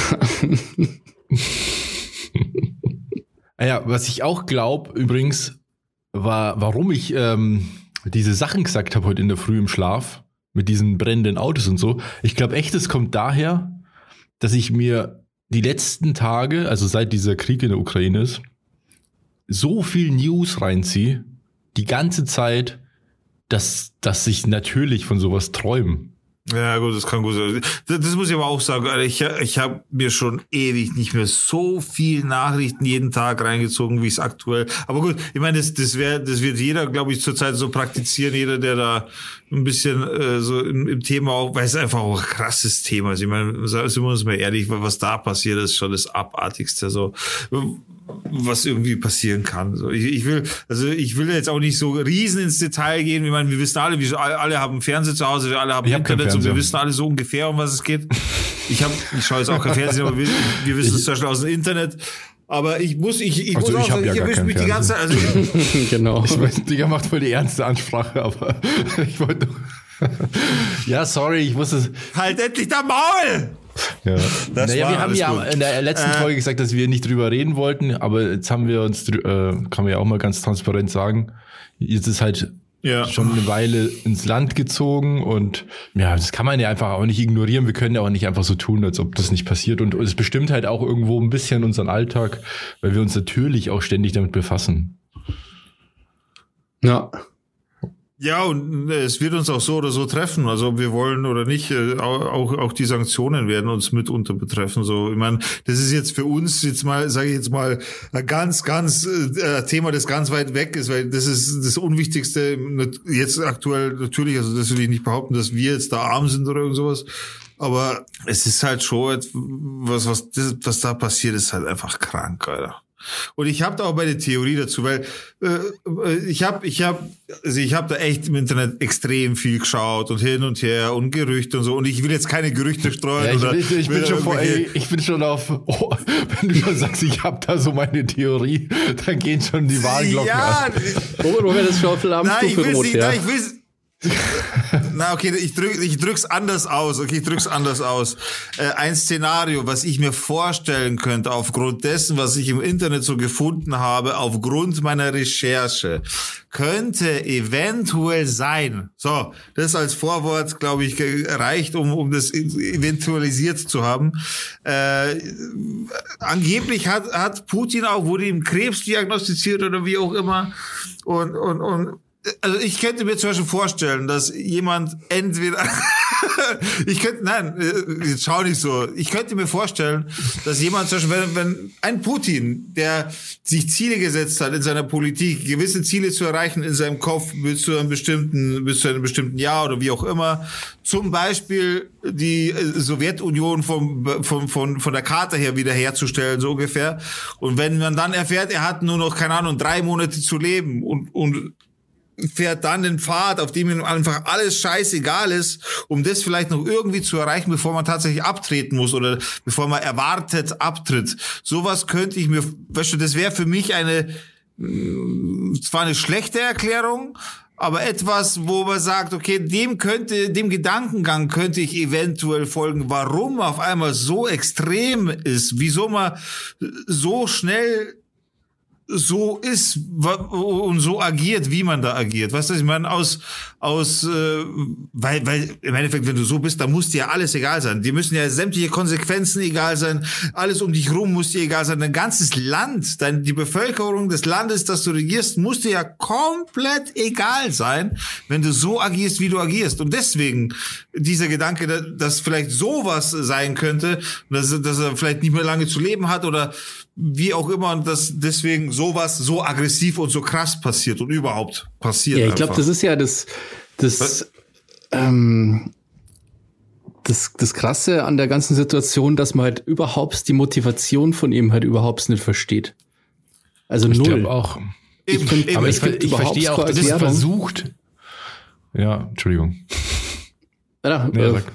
Ja, was ich auch glaube, übrigens, war, warum ich ähm, diese Sachen gesagt habe heute in der Früh im Schlaf, mit diesen brennenden Autos und so. Ich glaube echt, es kommt daher, dass ich mir die letzten Tage, also seit dieser Krieg in der Ukraine ist, so viel News reinziehe, die ganze Zeit, dass, dass ich natürlich von sowas träume. Ja, gut, das kann gut sein. Das, das muss ich aber auch sagen. Alter, ich, ich habe mir schon ewig nicht mehr so viel Nachrichten jeden Tag reingezogen, wie es aktuell. Aber gut, ich meine, das, das, wär, das wird jeder, glaube ich, zurzeit so praktizieren. Jeder, der da ein bisschen äh, so im, im Thema auch, weil es einfach auch ein krasses Thema ist. Ich meine, sind wir uns mal ehrlich, was da passiert, ist schon das Abartigste. So, was irgendwie passieren kann. So, ich, ich will, also ich will jetzt auch nicht so riesen ins Detail gehen. Ich meine, wir wissen alle, wir alle haben Fernseher zu Hause, wir alle haben ich Internet hab und wir wissen alle so ungefähr, um was es geht. Ich habe, ich schaue jetzt auch kein Fernsehen, aber wir, wir wissen es zum Beispiel aus dem Internet. Aber ich muss, ich, ich Also muss ich auch hab sagen, ja ich gar erwische keinen mich die ganze Zeit. Also, Genau. Ich weiß, Digga macht voll die ernste Ansprache, aber ich wollte doch. Ja, sorry, ich muss es. halt endlich der Maul! Ja. Das naja, war wir haben alles ja gut. in der letzten Äh, Folge gesagt, dass wir nicht drüber reden wollten, aber jetzt haben wir uns, drü- äh, kann man ja auch mal ganz transparent sagen, jetzt ist halt Ja. schon eine Weile ins Land gezogen und ja, das kann man ja einfach auch nicht ignorieren. Wir können ja auch nicht einfach so tun, als ob das nicht passiert und es bestimmt halt auch irgendwo ein bisschen unseren Alltag, weil wir uns natürlich auch ständig damit befassen. Ja. Ja, und äh, es wird uns auch so oder so treffen, also ob wir wollen oder nicht, äh, auch auch die Sanktionen werden uns mitunter betreffen. So, ich meine, das ist jetzt für uns jetzt mal, sage ich jetzt mal, ein ganz, ganz äh, Thema, das ganz weit weg ist, weil das ist das Unwichtigste jetzt aktuell natürlich. Also das will ich nicht behaupten, dass wir jetzt da arm sind oder irgend sowas. Aber es ist halt schon was, was, das, was da passiert, ist halt einfach krank, Alter. Und ich habe da auch meine Theorie dazu, weil äh, ich habe, ich habe, also ich habe da echt im Internet extrem viel geschaut und hin und her und Gerüchte und so. Und ich will jetzt keine Gerüchte streuen. Ja, ich, oder ich, ich, bin schon vor, irgendwelche- ey, ich bin schon auf, oh, wenn du schon sagst, ich habe da so meine Theorie, dann gehen schon die Warnglocken ja, an. Robert, Robert ist schon auf der nein, ich Alarmstufe will rot, nicht, ja. nein, ich will's. Na, okay, ich drück, ich drück's anders aus. Okay, ich drück's anders aus. Äh, ein Szenario, was ich mir vorstellen könnte, aufgrund dessen, was ich im Internet so gefunden habe, aufgrund meiner Recherche, könnte eventuell sein. So, das als Vorwort, glaube ich, reicht, um, um das eventualisiert zu haben. Äh, angeblich hat, hat Putin auch, wurde ihm Krebs diagnostiziert oder wie auch immer. Und, und, und, also ich könnte mir zum Beispiel vorstellen, dass jemand entweder, ich könnte, nein, jetzt schau nicht so, ich könnte mir vorstellen, dass jemand zum Beispiel, wenn, wenn ein Putin, der sich Ziele gesetzt hat in seiner Politik, gewisse Ziele zu erreichen in seinem Kopf bis zu einem bestimmten, bis zu einem bestimmten Jahr oder wie auch immer, zum Beispiel die Sowjetunion vom, vom, von, von der Karte her wiederherzustellen, so ungefähr. Und wenn man dann erfährt, er hat nur noch, keine Ahnung, drei Monate zu leben und, und fährt dann den Pfad, auf dem ihm einfach alles scheißegal ist, um das vielleicht noch irgendwie zu erreichen, bevor man tatsächlich abtreten muss oder bevor man erwartet abtritt. Sowas könnte ich mir, weißt du, das wäre für mich eine, zwar eine schlechte Erklärung, aber etwas, wo man sagt, okay, dem könnte, dem Gedankengang könnte ich eventuell folgen, warum auf einmal so extrem ist, wieso man so schnell so ist und so agiert, wie man da agiert. Weißt du, ich meine, aus, aus, äh, weil, weil im Endeffekt, wenn du so bist, dann muss dir ja alles egal sein. Dir müssen ja sämtliche Konsequenzen egal sein. Alles um dich rum muss dir egal sein. Dein ganzes Land, dein, die Bevölkerung des Landes, das du regierst, muss dir ja komplett egal sein, wenn du so agierst, wie du agierst. Und deswegen dieser Gedanke, dass vielleicht sowas sein könnte, dass, dass er vielleicht nicht mehr lange zu leben hat oder wie auch immer, und dass deswegen sowas so aggressiv und so krass passiert und überhaupt passiert. Ja, ich glaube, das ist ja das, das, ähm, das, das Krasse an der ganzen Situation, dass man halt überhaupt die Motivation von ihm halt überhaupt nicht versteht. Also ich null. Auch. Ich eben, find, eben, aber ich, ich, find ich verstehe auch, dass es versucht. Ja, Entschuldigung. Ja, ja, äh, sag.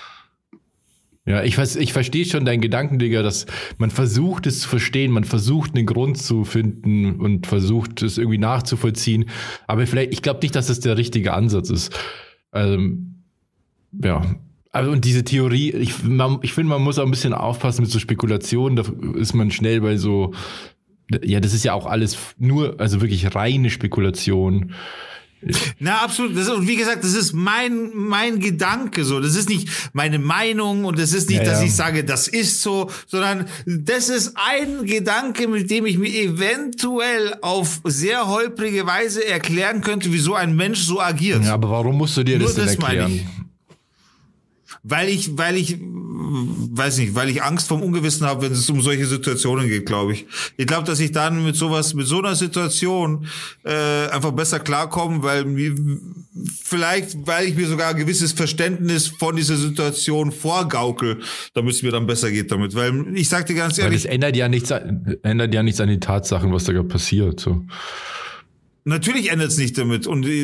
Ja, ich, weiß, ich verstehe schon deinen Gedanken, Digga, dass man versucht es zu verstehen, man versucht einen Grund zu finden und versucht es irgendwie nachzuvollziehen. Aber vielleicht, ich glaube nicht, dass das der richtige Ansatz ist. Ähm, ja, also und diese Theorie, ich, man, ich finde, man muss auch ein bisschen aufpassen mit so Spekulationen. Da ist man schnell bei so, ja, das ist ja auch alles nur, also wirklich reine Spekulation. Na, absolut. Das ist, und wie gesagt, das ist mein, mein Gedanke so. Das ist nicht meine Meinung und das ist nicht, ja, dass ja. ich sage, das ist so, sondern das ist ein Gedanke, mit dem ich mir eventuell auf sehr holprige Weise erklären könnte, wieso ein Mensch so agiert. Ja, aber warum musst du dir das Nur denn das erklären? Weil ich, weil ich, weiß nicht, weil ich Angst vom Ungewissen habe, wenn es um solche Situationen geht, glaube ich. Ich glaube, dass ich dann mit sowas, mit so einer Situation äh, einfach besser klarkomme, weil mir, vielleicht, weil ich mir sogar ein gewisses Verständnis von dieser Situation vorgaukel, damit es mir dann besser geht damit. Weil ich sag dir ganz ehrlich, weil das ändert ja nichts, ändert ja nichts an den Tatsachen, was da gerade passiert. So. Natürlich ändert es nicht damit und äh,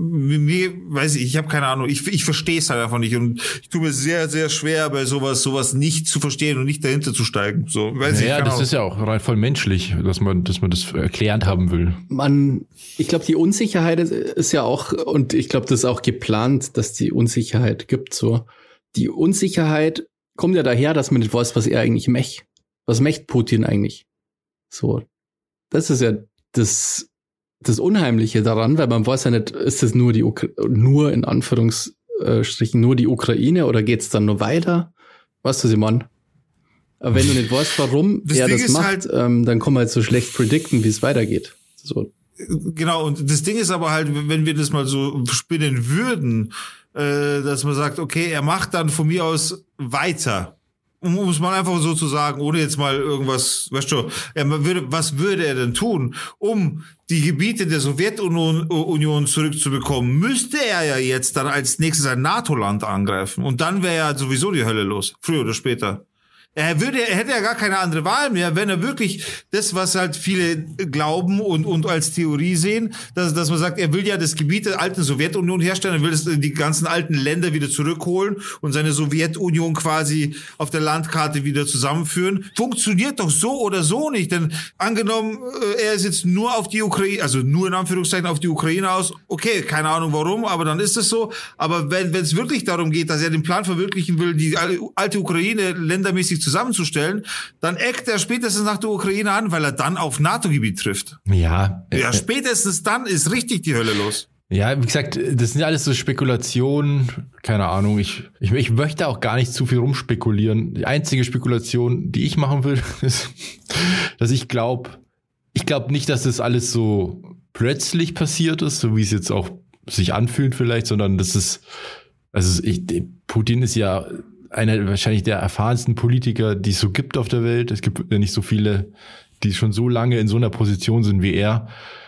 mir, weiß ich, ich habe keine Ahnung, ich, ich verstehe es halt einfach nicht und ich tue mir sehr, sehr schwer, bei sowas sowas nicht zu verstehen und nicht dahinter zu steigen. So, weiß ja, ich, das auch. ist ja auch rein voll menschlich, dass man, dass man das erklärend haben will. Man, ich glaube, die Unsicherheit ist, ist ja auch, und ich glaube, das ist auch geplant, dass die Unsicherheit gibt. So, die Unsicherheit kommt ja daher, dass man nicht weiß, was er eigentlich möchte. Was möchte Putin eigentlich? So, das ist ja das. Das Unheimliche daran, weil man weiß ja nicht, ist das nur die Ukra- nur in Anführungsstrichen nur die Ukraine oder geht's dann nur weiter? Weißt du, Simon? Aber wenn du nicht weißt, warum das er Ding das ist macht, halt, ähm, dann kann man halt so schlecht predikten, wie es weitergeht. So. Genau, und das Ding ist aber halt, wenn wir das mal so spinnen würden, äh, dass man sagt, okay, er macht dann von mir aus weiter. Um es mal einfach so zu sagen, ohne jetzt mal irgendwas, weißt du, er würde, was würde er denn tun, um die Gebiete der Sowjetunion Union zurückzubekommen? Müsste er ja jetzt dann als nächstes ein NATO-Land angreifen. Und dann wäre ja sowieso die Hölle los, früher oder später. Er würde, er hätte ja gar keine andere Wahl mehr, wenn er wirklich das, was halt viele glauben und, und als Theorie sehen, dass, dass man sagt, er will ja das Gebiet der alten Sowjetunion herstellen, er will das, die ganzen alten Länder wieder zurückholen und seine Sowjetunion quasi auf der Landkarte wieder zusammenführen. Funktioniert doch so oder so nicht, denn angenommen, er ist jetzt nur auf die Ukraine, also nur in Anführungszeichen auf die Ukraine aus, okay, keine Ahnung warum, aber dann ist es so, aber wenn es wirklich darum geht, dass er den Plan verwirklichen will, die alte Ukraine ländermäßig zusammenzustellen, dann eckt er spätestens nach der Ukraine an, weil er dann auf NATO-Gebiet trifft. Ja. Ja, spätestens dann ist richtig die Hölle los. Ja, wie gesagt, das sind ja alles so Spekulationen, keine Ahnung, ich, ich, ich möchte auch gar nicht zu viel rumspekulieren. Die einzige Spekulation, die ich machen will, ist, dass ich glaube, ich glaube nicht, dass das alles so plötzlich passiert ist, so wie es jetzt auch sich anfühlt vielleicht, sondern das ist, also ich, Putin ist ja einer wahrscheinlich der erfahrensten Politiker, die es so gibt auf der Welt. Es gibt ja nicht so viele, die schon so lange in so einer Position sind wie er.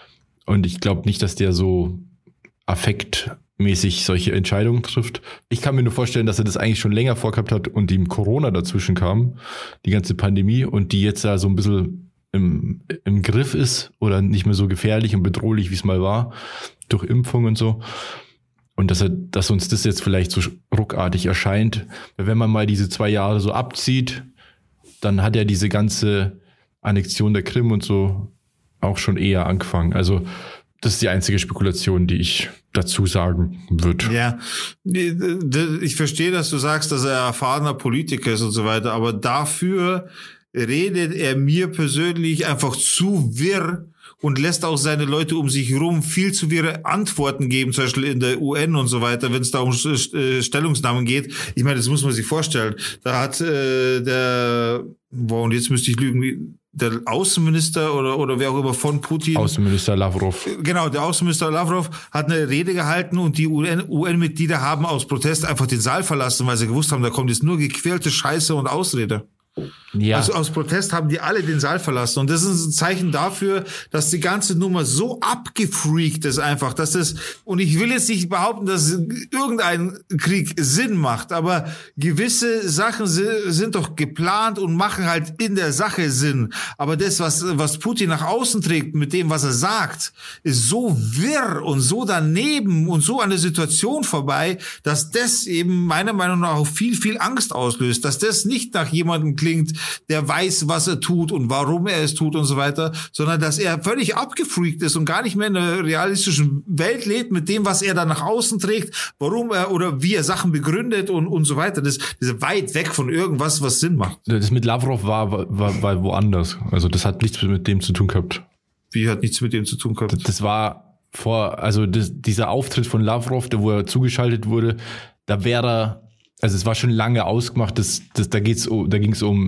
Und ich glaube nicht, dass der so affektmäßig solche Entscheidungen trifft. Ich kann mir nur vorstellen, dass er das eigentlich schon länger vorgehabt hat und ihm Corona dazwischen kam, die ganze Pandemie, und die jetzt da so ein bisschen im, im Griff ist oder nicht mehr so gefährlich und bedrohlich, wie es mal war, durch Impfung und so. Und dass er, dass uns das jetzt vielleicht so ruckartig erscheint. Weil wenn man mal diese zwei Jahre so abzieht, dann hat ja diese ganze Annexion der Krim und so auch schon eher angefangen. Also das ist die einzige Spekulation, die ich dazu sagen würde. Ja, ich verstehe, dass du sagst, dass er erfahrener Politiker ist und so weiter, aber dafür redet er mir persönlich einfach zu wirr und lässt auch seine Leute um sich herum viel zu wirre Antworten geben, zum Beispiel in der U N und so weiter, wenn es da um äh, Stellungnahmen geht. Ich meine, das muss man sich vorstellen. Da hat äh, der, boah, und jetzt müsste ich lügen, der Außenminister oder oder wer auch immer von Putin. Außenminister Lavrov. Genau, der Außenminister Lavrov hat eine Rede gehalten und die U N-Mitglieder haben aus Protest einfach den Saal verlassen, weil sie gewusst haben, da kommt jetzt nur gequälte Scheiße und Ausrede. Ja. Also aus Protest haben die alle den Saal verlassen. Und das ist ein Zeichen dafür, dass die ganze Nummer so abgefreakt ist einfach, dass das, und ich will jetzt nicht behaupten, dass irgendein Krieg Sinn macht, aber gewisse Sachen sind doch geplant und machen halt in der Sache Sinn. Aber das, was, was Putin nach außen trägt mit dem, was er sagt, ist so wirr und so daneben und so an der Situation vorbei, dass das eben meiner Meinung nach auch viel, viel Angst auslöst, dass das nicht nach jemandem klingt, der weiß, was er tut und warum er es tut und so weiter, sondern dass er völlig abgefreakt ist und gar nicht mehr in einer realistischen Welt lebt mit dem, was er da nach außen trägt, warum er oder wie er Sachen begründet und und so weiter. Das, das ist weit weg von irgendwas, was Sinn macht. Das mit Lavrov war, war, war woanders. Also das hat nichts mit dem zu tun gehabt. Wie hat nichts mit dem zu tun gehabt? Das, das war vor, also das, dieser Auftritt von Lavrov, der wo er zugeschaltet wurde, da wäre er, also es war schon lange ausgemacht, dass, dass da geht's, da ging es um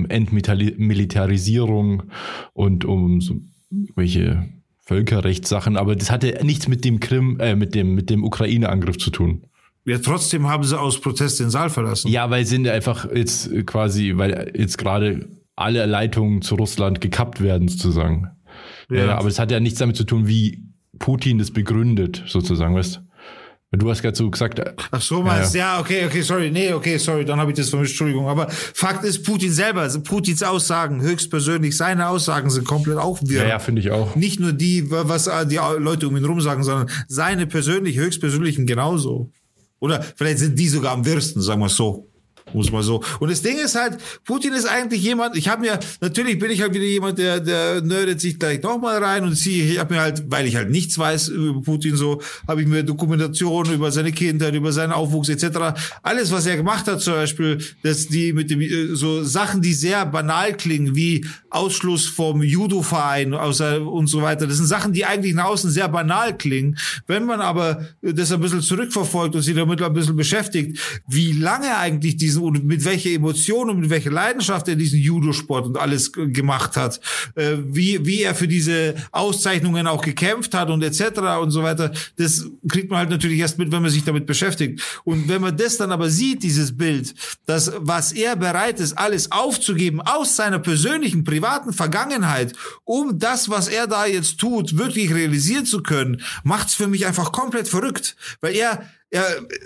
Entmilitarisierung und um so welche Völkerrechtssachen, aber das hatte nichts mit dem Krim, äh, mit dem mit dem Ukraine-Angriff zu tun. Ja, trotzdem haben sie aus Protest den Saal verlassen. Ja, weil sind einfach jetzt quasi, weil jetzt gerade alle Leitungen zu Russland gekappt werden, sozusagen. Ja. Ja, aber es hat ja nichts damit zu tun, wie Putin das begründet, sozusagen, weißt du? Du hast gerade so gesagt. Ach so, meinst ja, ja, okay, okay, sorry, nee, okay, sorry, dann habe ich das vermischt, Entschuldigung. Aber Fakt ist, Putin selber, Putins Aussagen, höchstpersönlich, seine Aussagen sind komplett auch wirr. Ja, ja, finde ich auch. Nicht nur die, was die Leute um ihn rum sagen, sondern seine persönlich, höchstpersönlichen genauso. Oder vielleicht sind die sogar am wirrsten, sagen wir es so. Muss man so. Und das Ding ist halt, Putin ist eigentlich jemand, ich habe mir, natürlich bin ich halt wieder jemand, der, der nerdet sich gleich nochmal rein und ziehe, ich habe mir halt, weil ich halt nichts weiß über Putin so, habe ich mir Dokumentationen über seine Kindheit, über seinen Aufwuchs et cetera. Alles, was er gemacht hat, zum Beispiel, dass die mit dem, so Sachen, die sehr banal klingen, wie Ausschluss vom Judo-Verein und so weiter. Das sind Sachen, die eigentlich nach außen sehr banal klingen. Wenn man aber das ein bisschen zurückverfolgt und sich damit ein bisschen beschäftigt, wie lange eigentlich diesen und mit welcher Emotion und mit welcher Leidenschaft er diesen Judo-Sport und alles gemacht hat, äh, wie wie er für diese Auszeichnungen auch gekämpft hat und et cetera und so weiter, das kriegt man halt natürlich erst mit, wenn man sich damit beschäftigt. Und wenn man das dann aber sieht, dieses Bild, dass was er bereit ist, alles aufzugeben aus seiner persönlichen, privaten Vergangenheit, um das, was er da jetzt tut, wirklich realisieren zu können, macht's für mich einfach komplett verrückt, weil er er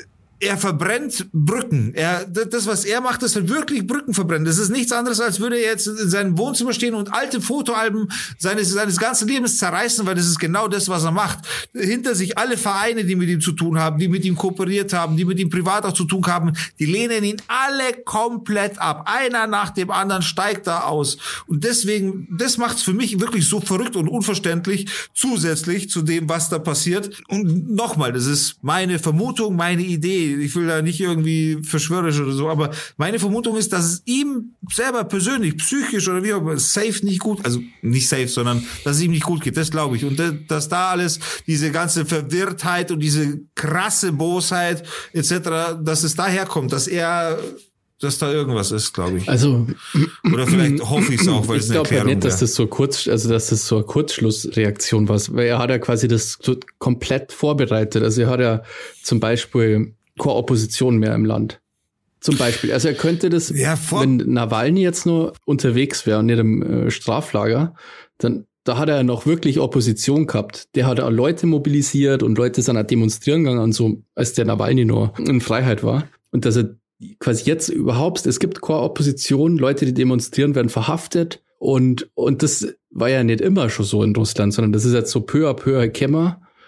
Er verbrennt Brücken. Er, das, was er macht, ist halt wirklich Brücken verbrennen. Das ist nichts anderes, als würde er jetzt in seinem Wohnzimmer stehen und alte Fotoalben seines, seines ganzen Lebens zerreißen, weil das ist genau das, was er macht. Hinter sich alle Vereine, die mit ihm zu tun haben, die mit ihm kooperiert haben, die mit ihm privat auch zu tun haben, die lehnen ihn alle komplett ab. Einer nach dem anderen steigt da aus. Und deswegen, das macht's für mich wirklich so verrückt und unverständlich, zusätzlich zu dem, was da passiert. Und nochmal, das ist meine Vermutung, meine Idee. Ich will da nicht irgendwie verschwörerisch oder so, aber meine Vermutung ist, dass es ihm selber persönlich, psychisch oder wie auch immer, safe nicht gut, also nicht safe, sondern dass es ihm nicht gut geht, das glaube ich. Und dass da alles, diese ganze Verwirrtheit und diese krasse Bosheit et cetera, dass es daher kommt, dass er, dass da irgendwas ist, glaube ich. Also oder vielleicht hoffe ich es auch, weil es eine Erklärung wäre. Ich glaube nicht, dass das so kurz, also dass das so eine Kurzschlussreaktion war, weil er hat ja quasi das so komplett vorbereitet. Also er hat ja zum Beispiel keine Opposition mehr im Land. Zum Beispiel. Also er könnte das, ja, wenn Nawalny jetzt nur unterwegs wäre und nicht im äh, Straflager, dann da hat er noch wirklich Opposition gehabt. Der hat auch Leute mobilisiert und Leute sind auch demonstrieren gegangen und so, als der Nawalny noch in Freiheit war. Und dass er quasi jetzt überhaupt, es gibt keine Opposition, Leute, die demonstrieren, werden verhaftet. Und und das war ja nicht immer schon so in Russland, sondern das ist jetzt so peu à peu gekommen.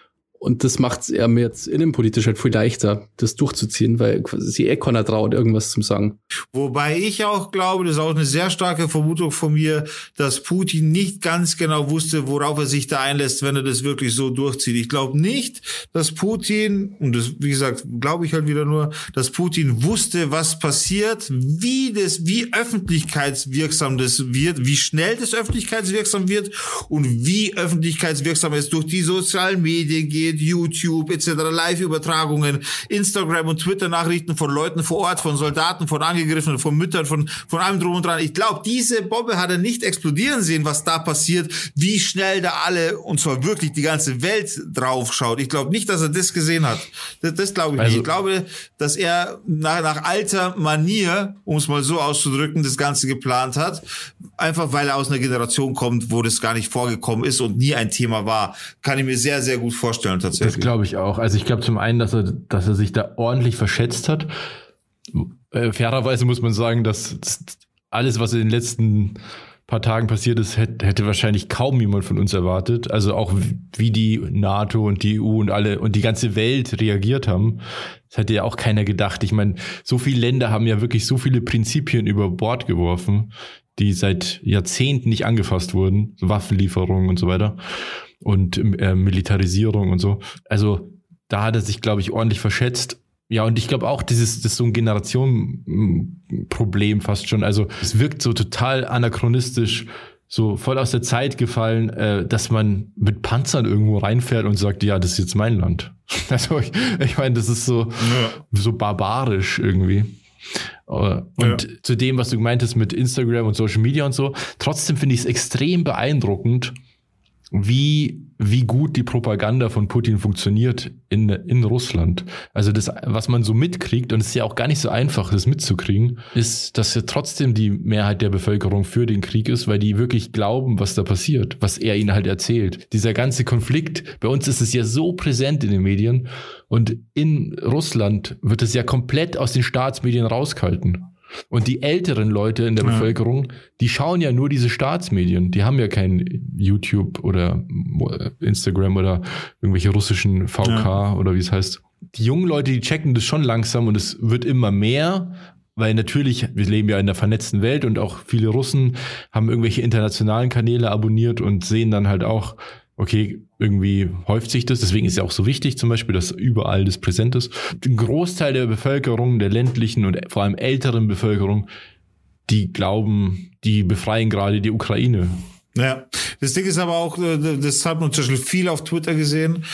Und das macht es mir jetzt innenpolitisch halt viel leichter, das durchzuziehen, weil quasi eh keiner traut, irgendwas zu sagen. Wobei ich auch glaube, das ist auch eine sehr starke Vermutung von mir, dass Putin nicht ganz genau wusste, worauf er sich da einlässt, wenn er das wirklich so durchzieht. Ich glaube nicht, dass Putin, und das, wie gesagt, glaube ich halt wieder nur, dass Putin wusste, was passiert, wie das, wie öffentlichkeitswirksam das wird, wie schnell das öffentlichkeitswirksam wird und wie öffentlichkeitswirksam es durch die sozialen Medien geht, YouTube et cetera, Live-Übertragungen, Instagram und Twitter-Nachrichten von Leuten vor Ort, von Soldaten, von Angegriffenen, von Müttern, von von allem drum und dran. Ich glaube, diese Bombe hat er nicht explodieren sehen, was da passiert, wie schnell da alle, und zwar wirklich die ganze Welt drauf schaut. Ich glaube nicht, dass er das gesehen hat. Das, das glaube ich also nicht. Ich glaube, dass er nach, nach alter Manier, um es mal so auszudrücken, das Ganze geplant hat, einfach weil er aus einer Generation kommt, wo das gar nicht vorgekommen ist und nie ein Thema war. Kann ich mir sehr, sehr gut vorstellen. Das glaube ich auch. Also ich glaube zum einen, dass er, dass er sich da ordentlich verschätzt hat. Äh, fairerweise muss man sagen, dass alles, was in den letzten paar Tagen passiert ist, hätte, hätte wahrscheinlich kaum jemand von uns erwartet. Also auch wie die NATO und die E U und alle und die ganze Welt reagiert haben, das hätte ja auch keiner gedacht. Ich meine, so viele Länder haben ja wirklich so viele Prinzipien über Bord geworfen, die seit Jahrzehnten nicht angefasst wurden, so Waffenlieferungen und so weiter. Und äh, Militarisierung und so. Also da hat er sich, glaube ich, ordentlich verschätzt. Ja, und ich glaube auch, dieses, das ist so ein Generationenproblem fast schon. Also es wirkt so total anachronistisch, so voll aus der Zeit gefallen, äh, dass man mit Panzern irgendwo reinfährt und sagt, ja, das ist jetzt mein Land. Also ich, ich meine, das ist so, ja. so barbarisch irgendwie. Und ja. zu dem, was du gemeint hast mit Instagram und Social Media und so, trotzdem finde ich es extrem beeindruckend, wie wie gut die Propaganda von Putin funktioniert in in Russland. Also das, was man so mitkriegt, und es ist ja auch gar nicht so einfach, das mitzukriegen, ist, dass ja trotzdem die Mehrheit der Bevölkerung für den Krieg ist, weil die wirklich glauben, was da passiert, was er ihnen halt erzählt. Dieser ganze Konflikt, bei uns ist es ja so präsent in den Medien, und in Russland wird es ja komplett aus den Staatsmedien rausgehalten. Und die älteren Leute in der ja. Bevölkerung, die schauen ja nur diese Staatsmedien. Die haben ja kein YouTube oder Instagram oder irgendwelche russischen V K ja. oder wie es heißt. Die jungen Leute, die checken das schon langsam, und es wird immer mehr, weil natürlich, wir leben ja in der vernetzten Welt, und auch viele Russen haben irgendwelche internationalen Kanäle abonniert und sehen dann halt auch, okay, irgendwie häuft sich das. Deswegen ist ja auch so wichtig zum Beispiel, dass überall das präsent ist. Ein Großteil der Bevölkerung, der ländlichen und vor allem älteren Bevölkerung, die glauben, die befreien gerade die Ukraine. Ja, das Ding ist aber auch, das hat man zum Beispiel viel auf Twitter gesehen,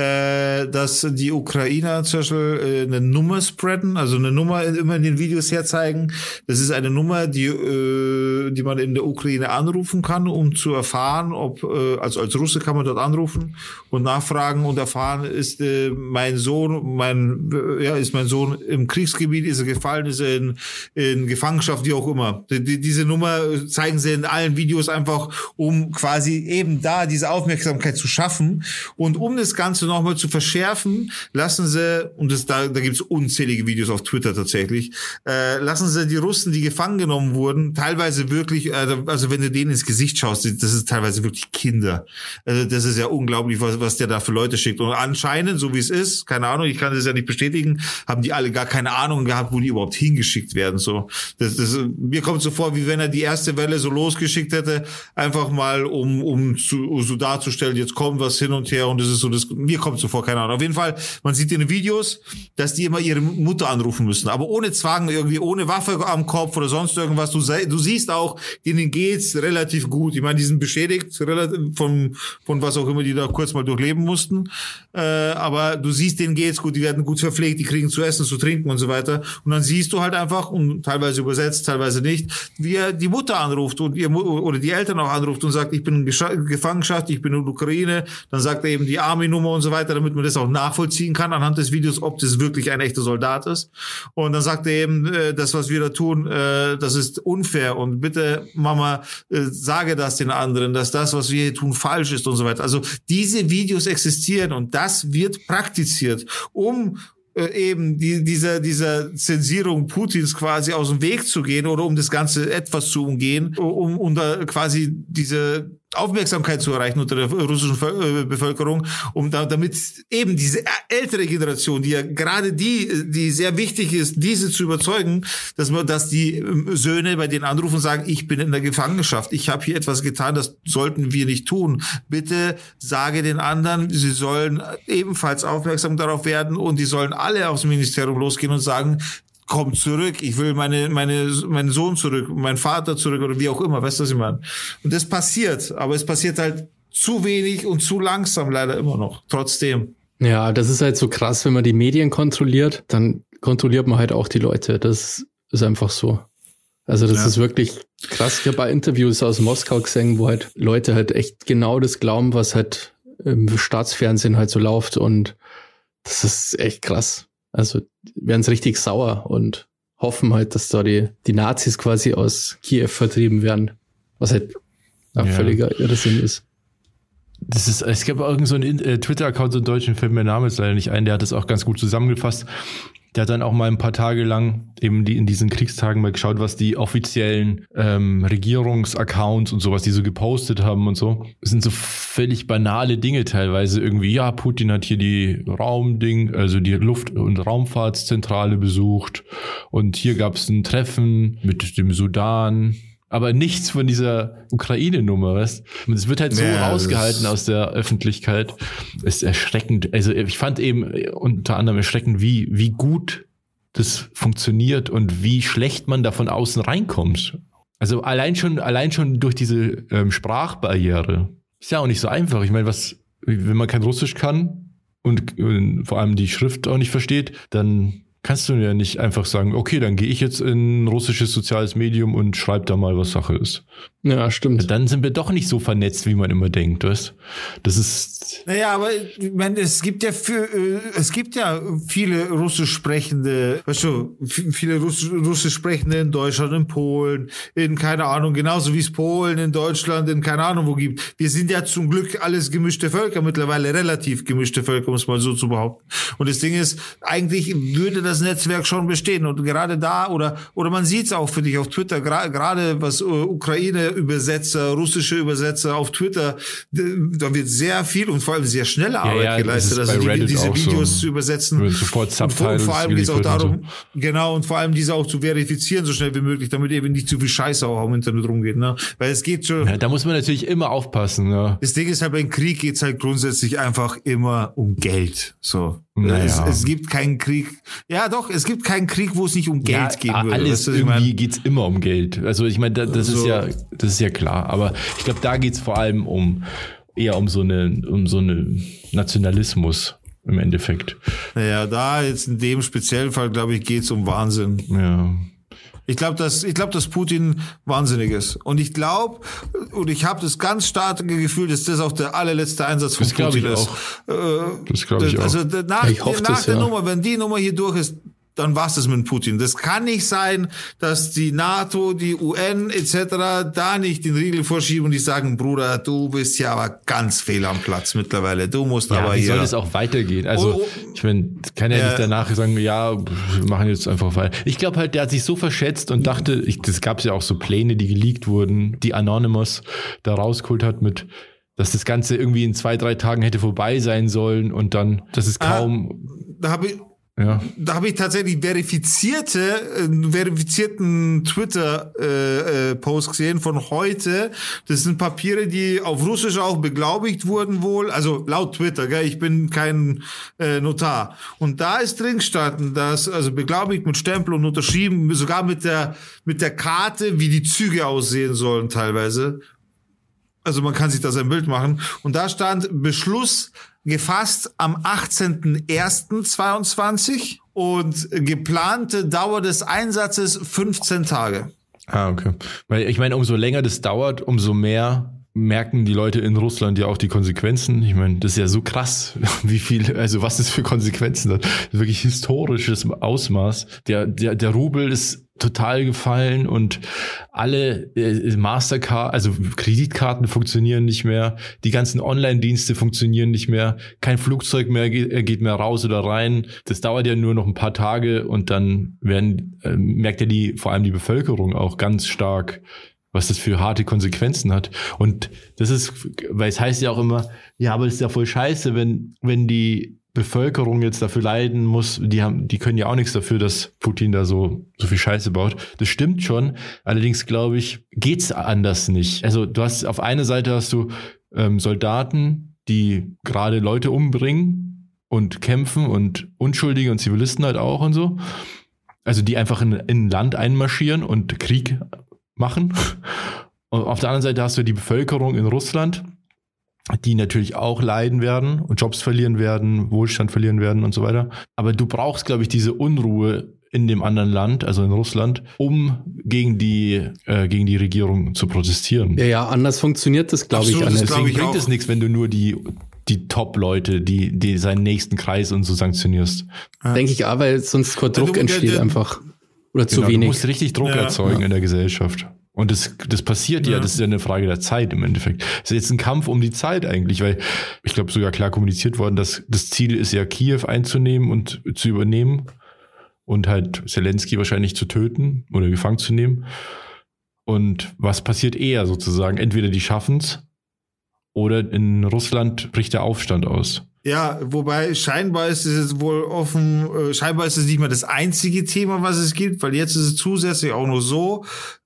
dass die Ukrainer zum Beispiel eine Nummer spreaden, also eine Nummer immer in den Videos herzeigen. Das ist eine Nummer, die die man in der Ukraine anrufen kann, um zu erfahren, ob, also als Russe kann man dort anrufen und nachfragen und erfahren, ist mein Sohn, mein, ja, ist mein Sohn im Kriegsgebiet, ist er gefallen, ist er in, in Gefangenschaft, wie auch immer. Die, diese Nummer zeigen sie in allen Videos einfach, um quasi eben da diese Aufmerksamkeit zu schaffen. Und um das Ganze nochmal zu verschärfen, lassen sie, und das, da, da gibt es unzählige Videos auf Twitter tatsächlich, äh, lassen sie die Russen, die gefangen genommen wurden, teilweise wirklich, äh, also wenn du denen ins Gesicht schaust, das ist teilweise wirklich Kinder. Also das ist ja unglaublich, was, was der da für Leute schickt. Und anscheinend, so wie es ist, keine Ahnung, ich kann das ja nicht bestätigen, haben die alle gar keine Ahnung gehabt, wo die überhaupt hingeschickt werden. So, das, das, mir kommt so vor, wie wenn er die erste Welle so losgeschickt hätte, einfach mal, um um zu, so darzustellen, jetzt kommt was hin und her, und das ist so, das mir kommt so vor, keine Ahnung. Auf jeden Fall, man sieht in den Videos, dass die immer ihre Mutter anrufen müssen, aber ohne Zwang, irgendwie ohne Waffe am Kopf oder sonst irgendwas. Du, du siehst auch, denen geht's relativ gut. Ich meine, die sind beschädigt relativ von von was auch immer die da kurz mal durchleben mussten, äh, aber du siehst, denen geht's gut, die werden gut verpflegt, die kriegen zu essen, zu trinken und so weiter. Und dann siehst du halt einfach, und teilweise übersetzt, teilweise nicht, wie er die Mutter anruft und ihr oder die Eltern auch anruft und sagt, ich bin in Gefangenschaft, ich bin in der Ukraine, dann sagt er eben die Army-Nummer und so weiter, damit man das auch nachvollziehen kann anhand des Videos, ob das wirklich ein echter Soldat ist. Und dann sagt er eben, äh, das, was wir da tun, äh, das ist unfair, und bitte, Mama, äh, sage das den anderen, dass das, was wir hier tun, falsch ist und so weiter. Also diese Videos existieren, und das wird praktiziert, um eben die, dieser, dieser Zensierung Putins quasi aus dem Weg zu gehen, oder um das Ganze etwas zu umgehen, um, um da quasi diese Aufmerksamkeit zu erreichen unter der russischen Bevölkerung, um da, damit eben diese ältere Generation, die ja gerade die, die sehr wichtig ist, diese zu überzeugen, dass man, dass die Söhne bei denen anrufen und sagen, ich bin in der Gefangenschaft, ich habe hier etwas getan, das sollten wir nicht tun. Bitte sage den anderen, sie sollen ebenfalls aufmerksam darauf werden und die sollen alle aufs Ministerium losgehen und sagen, komm zurück, ich will meine, meine, meinen Sohn zurück, meinen Vater zurück oder wie auch immer, weißt du, was ich meine? Und das passiert, aber es passiert halt zu wenig und zu langsam leider immer noch, trotzdem. Ja, das ist halt so krass, wenn man die Medien kontrolliert, dann kontrolliert man halt auch die Leute, das ist einfach so. Also das ja. ist wirklich krass. Ich habe bei Interviews aus Moskau gesehen, wo halt Leute halt echt genau das glauben, was halt im Staatsfernsehen halt so läuft und das ist echt krass. Also werden es richtig sauer und hoffen halt, dass da die, die Nazis quasi aus Kiew vertrieben werden. Was halt ein ja. völliger Irrsinn ist. Das ist, es gab irgend so einen äh, Twitter-Account, so einen deutschen, fällt mir der Name jetzt leider nicht ein, der hat das auch ganz gut zusammengefasst. Der hat dann auch mal ein paar Tage lang eben die in diesen Kriegstagen mal geschaut, was die offiziellen ähm, Regierungsaccounts und sowas, die so gepostet haben und so. Das sind so völlig banale Dinge teilweise irgendwie. Ja, Putin hat hier die Raumding, also die Luft- und Raumfahrtszentrale besucht und hier gab es ein Treffen mit dem Sudan. Aber nichts von dieser Ukraine-Nummer, weißt du? Und es wird halt so ja, rausgehalten aus der Öffentlichkeit. Es ist erschreckend. Also ich fand eben unter anderem erschreckend, wie, wie gut das funktioniert und wie schlecht man da von außen reinkommt. Also allein schon, allein schon durch diese ähm, Sprachbarriere. Ist ja auch nicht so einfach. Ich meine, was, wenn man kein Russisch kann und, und vor allem die Schrift auch nicht versteht, dann kannst du ja nicht einfach sagen, okay, dann gehe ich jetzt in ein russisches soziales Medium und schreibe da mal, was Sache ist. Ja, stimmt. Dann sind wir doch nicht so vernetzt, wie man immer denkt, weißt? Das ist... Naja, aber ich meine, es gibt ja für, es gibt ja viele russisch sprechende, weißt du, viele russisch, russisch sprechende in Deutschland, in Polen, in keine Ahnung, genauso wie es Polen in Deutschland, in keine Ahnung wo gibt. Wir sind ja zum Glück alles gemischte Völker, mittlerweile relativ gemischte Völker, um es mal so zu behaupten. Und das Ding ist, eigentlich würde das Netzwerk schon bestehen und gerade da oder oder man sieht es auch für dich auf Twitter, gra- gerade was uh, Ukraine-Übersetzer, russische Übersetzer auf Twitter, da wird sehr viel und vor allem sehr schnelle Arbeit ja, ja, geleistet, also die, diese Videos so zu übersetzen. Sofort Subtitles und vor allem geht es auch darum, so. genau, und vor allem diese auch zu verifizieren, so schnell wie möglich, damit eben nicht zu viel Scheiße auch im Internet rumgeht, ne? Weil es geht schon. Ja, da muss man natürlich immer aufpassen, ne? Das Ding ist halt, beim Krieg geht es halt grundsätzlich einfach immer um Geld, so. Naja. Es, es gibt keinen Krieg. Ja, doch, es gibt keinen Krieg, wo es nicht um Geld ja, gehen würde. Alles weißt du, irgendwie geht's immer um Geld. Also ich meine, das, das so. ist ja, das ist ja klar. Aber ich glaube, da geht's vor allem um eher um so eine, um so eine Nationalismus im Endeffekt. Naja, da jetzt in dem speziellen Fall, glaube ich, geht's um Wahnsinn. Ja. Ich glaube, dass ich glaube, dass Putin wahnsinnig ist. Und ich glaube, und ich habe das ganz starke Gefühl, dass das auch der allerletzte Einsatz von das Putin ich ist. Auch. Das glaube ich also auch. Also nach, ich hoffe nach das, der ja. Nummer, wenn die Nummer hier durch ist, dann war's das mit Putin. Das kann nicht sein, dass die NATO, die U N et cetera da nicht den Riegel vorschieben und die sagen, Bruder, du bist ja aber ganz fehl am Platz mittlerweile. Du musst ja, aber wie hier. Soll es auch weitergehen? Also, oh, oh, ich meine, kann ja äh, nicht danach sagen, ja, wir machen jetzt einfach weiter. Ich glaube halt, der hat sich so verschätzt und dachte, ich, das gab's ja auch so Pläne, die geleakt wurden, die Anonymous da rausgeholt hat mit, dass das Ganze irgendwie in zwei, drei Tagen hätte vorbei sein sollen und dann, das ist kaum. Ah, da habe ich Ja. Da habe ich tatsächlich verifizierte, äh, verifizierten Twitter-Post äh, äh, gesehen von heute. Das sind Papiere, die auf Russisch auch beglaubigt wurden wohl. Also laut Twitter, gell? Ich bin kein äh, Notar. Und da ist drin gestanden, dass also beglaubigt mit Stempel und unterschrieben, sogar mit der mit der Karte, wie die Züge aussehen sollen teilweise. Also man kann sich da sein Bild machen. Und da stand Beschluss gefasst am achtzehnten ersten zweiundzwanzig und geplante Dauer des Einsatzes fünfzehn Tage. Ah, okay. Weil ich meine, umso länger das dauert, umso mehr merken die Leute in Russland ja auch die Konsequenzen. Ich meine, das ist ja so krass, wie viel, also was das für Konsequenzen hat. Wirklich historisches Ausmaß. Der, der, der Rubel ist total gefallen und alle äh, Mastercard, also Kreditkarten funktionieren nicht mehr, die ganzen Online-Dienste funktionieren nicht mehr, kein Flugzeug mehr geht, geht mehr raus oder rein. Das dauert ja nur noch ein paar Tage und dann werden äh, merkt ja die vor allem die Bevölkerung auch ganz stark, was das für harte Konsequenzen hat. Und das ist, weil es heißt ja auch immer, ja, aber es ist ja voll scheiße, wenn, wenn die Bevölkerung jetzt dafür leiden muss, die haben, die können ja auch nichts dafür, dass Putin da so, so viel Scheiße baut. Das stimmt schon. Allerdings glaube ich, geht's anders nicht. Also du hast, auf einer Seite hast du ähm, Soldaten, die gerade Leute umbringen und kämpfen und Unschuldige und Zivilisten halt auch und so. Also die einfach in, in ein Land einmarschieren und Krieg machen. Und auf der anderen Seite hast du die Bevölkerung in Russland, die natürlich auch leiden werden und Jobs verlieren werden, Wohlstand verlieren werden und so weiter. Aber du brauchst, glaube ich, diese Unruhe in dem anderen Land, also in Russland, um gegen die äh, gegen die Regierung zu protestieren. Ja, ja, anders funktioniert das, glaube ich, anders. Deswegen bringt es nichts, wenn du nur die die Top-Leute, die, die seinen nächsten Kreis und so sanktionierst. Ja. Denke ich auch, weil sonst kein Druck entsteht einfach. Oder zu genau, wenig. Du musst richtig Druck ja, erzeugen ja. in der Gesellschaft. Und das, das passiert ja. ja, das ist ja eine Frage der Zeit im Endeffekt. Es ist jetzt ein Kampf um die Zeit eigentlich, weil ich glaube sogar klar kommuniziert worden, dass das Ziel ist ja, Kiew einzunehmen und zu übernehmen und halt Zelensky wahrscheinlich zu töten oder gefangen zu nehmen. Und was passiert eher sozusagen? Entweder die schaffen's oder in Russland bricht der Aufstand aus. Ja, wobei scheinbar ist es jetzt wohl offen, äh, scheinbar ist es nicht mehr das einzige Thema, was es gibt, weil jetzt ist es zusätzlich auch noch so,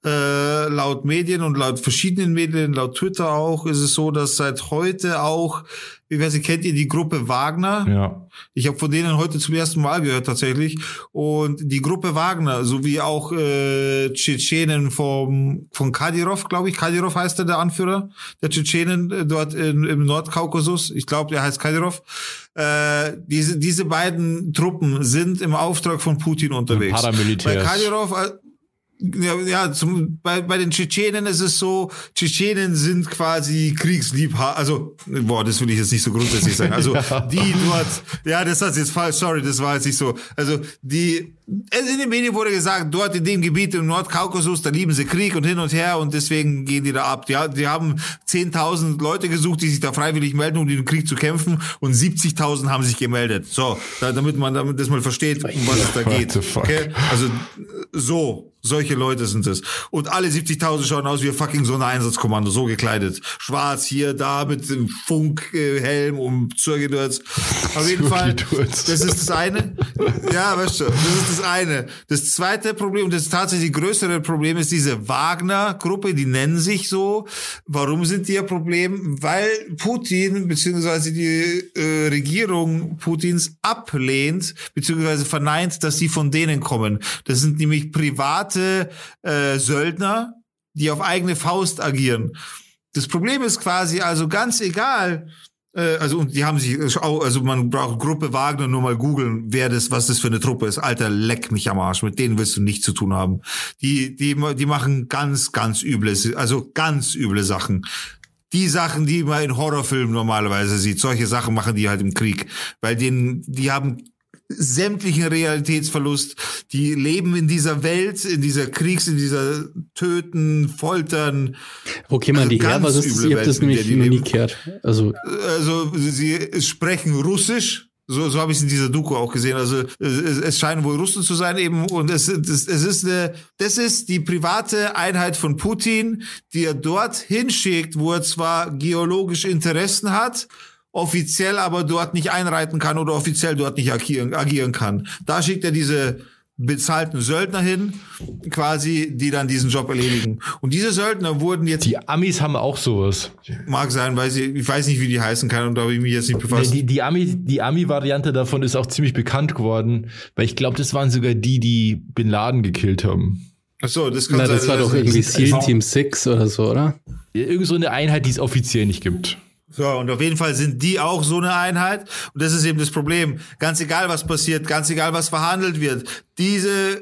äh, laut Medien und laut verschiedenen Medien, laut Twitter auch, ist es so, dass seit heute auch, ich weiß nicht, kennt ihr die Gruppe Wagner? Ja. Ich habe von denen heute zum ersten Mal gehört tatsächlich. Und die Gruppe Wagner, sowie auch äh, Tschetschenen vom von Kadyrov, glaube ich, Kadyrov heißt er, der Anführer der Tschetschenen äh, dort in, im Nordkaukasus. Ich glaube, der heißt Kadyrov. Äh, diese diese beiden Truppen sind im Auftrag von Putin unterwegs. Paramilitärs. Bei Kadyrov äh, Ja, ja zum, bei, bei den Tschetschenen ist es so, Tschetschenen sind quasi Kriegsliebhaber, also, boah, das will ich jetzt nicht so grundsätzlich sagen, also, ja. die dort, ja, das ist jetzt falsch, sorry, das war jetzt nicht so, also, die, in den Medien wurde gesagt, dort in dem Gebiet im Nordkaukasus, da lieben sie Krieg und hin und her und deswegen gehen die da ab. Die, die haben zehntausend Leute gesucht, die sich da freiwillig melden, um den Krieg zu kämpfen und siebzigtausend haben sich gemeldet. So, da, damit man damit das mal versteht, um was es da geht. Okay? Also, so. Solche Leute sind es. Und alle siebzigtausend schauen aus wie ein fucking Sondereinsatzkommando, so gekleidet. Schwarz hier, da mit dem Funkhelm um Zurgedurz. Auf jeden Fall, das ist das eine. Ja, weißt du, das ist das eine. Das zweite Problem, und das tatsächlich größere Problem, ist diese Wagner-Gruppe, die nennen sich so. Warum sind die ein Problem? Weil Putin, beziehungsweise die äh, Regierung Putins ablehnt, beziehungsweise verneint, dass sie von denen kommen. Das sind nämlich private Äh, Söldner, die auf eigene Faust agieren. Das Problem ist quasi, also ganz egal, äh, also und die haben sich, also man braucht Gruppe Wagner nur mal googeln, wer das, was das für eine Truppe ist. Alter, leck mich am Arsch, mit denen willst du nichts zu tun haben. Die, die, die machen ganz, ganz üble, also ganz üble Sachen. Die Sachen, die man in Horrorfilmen normalerweise sieht, solche Sachen machen die halt im Krieg, weil denen, die haben sämtlichen Realitätsverlust, die leben in dieser Welt, in dieser Kriegs-, in dieser Töten, Foltern. Wo kämen also die her? Was ist das? Ich hab das nämlich noch nie gehört. Also, also sie sprechen Russisch. So, so habe ich es in dieser Doku auch gesehen. Also es, es scheinen wohl Russen zu sein eben und es, es, es ist eine, das ist die private Einheit von Putin, die er dort hinschickt, wo er zwar geologische Interessen hat, offiziell aber dort nicht einreiten kann oder offiziell dort nicht agieren, agieren kann. Da schickt er diese bezahlten Söldner hin, quasi, die dann diesen Job erledigen. Und diese Söldner wurden jetzt... Die Amis haben auch sowas. Mag sein, weil sie, ich weiß nicht, wie die heißen kann und da habe ich mich jetzt nicht befasst. Die, die Ami, die Ami-Variante davon ist auch ziemlich bekannt geworden, weil ich glaube, das waren sogar die, die Bin Laden gekillt haben. Ach so, das kann Na, sein. das war doch irgendwie SEAL Team sechs oder so, oder? Irgend so eine Einheit, die es offiziell nicht gibt. So, und auf jeden Fall sind die auch so eine Einheit. Und das ist eben das Problem. Ganz egal, was passiert, ganz egal, was verhandelt wird. Diese,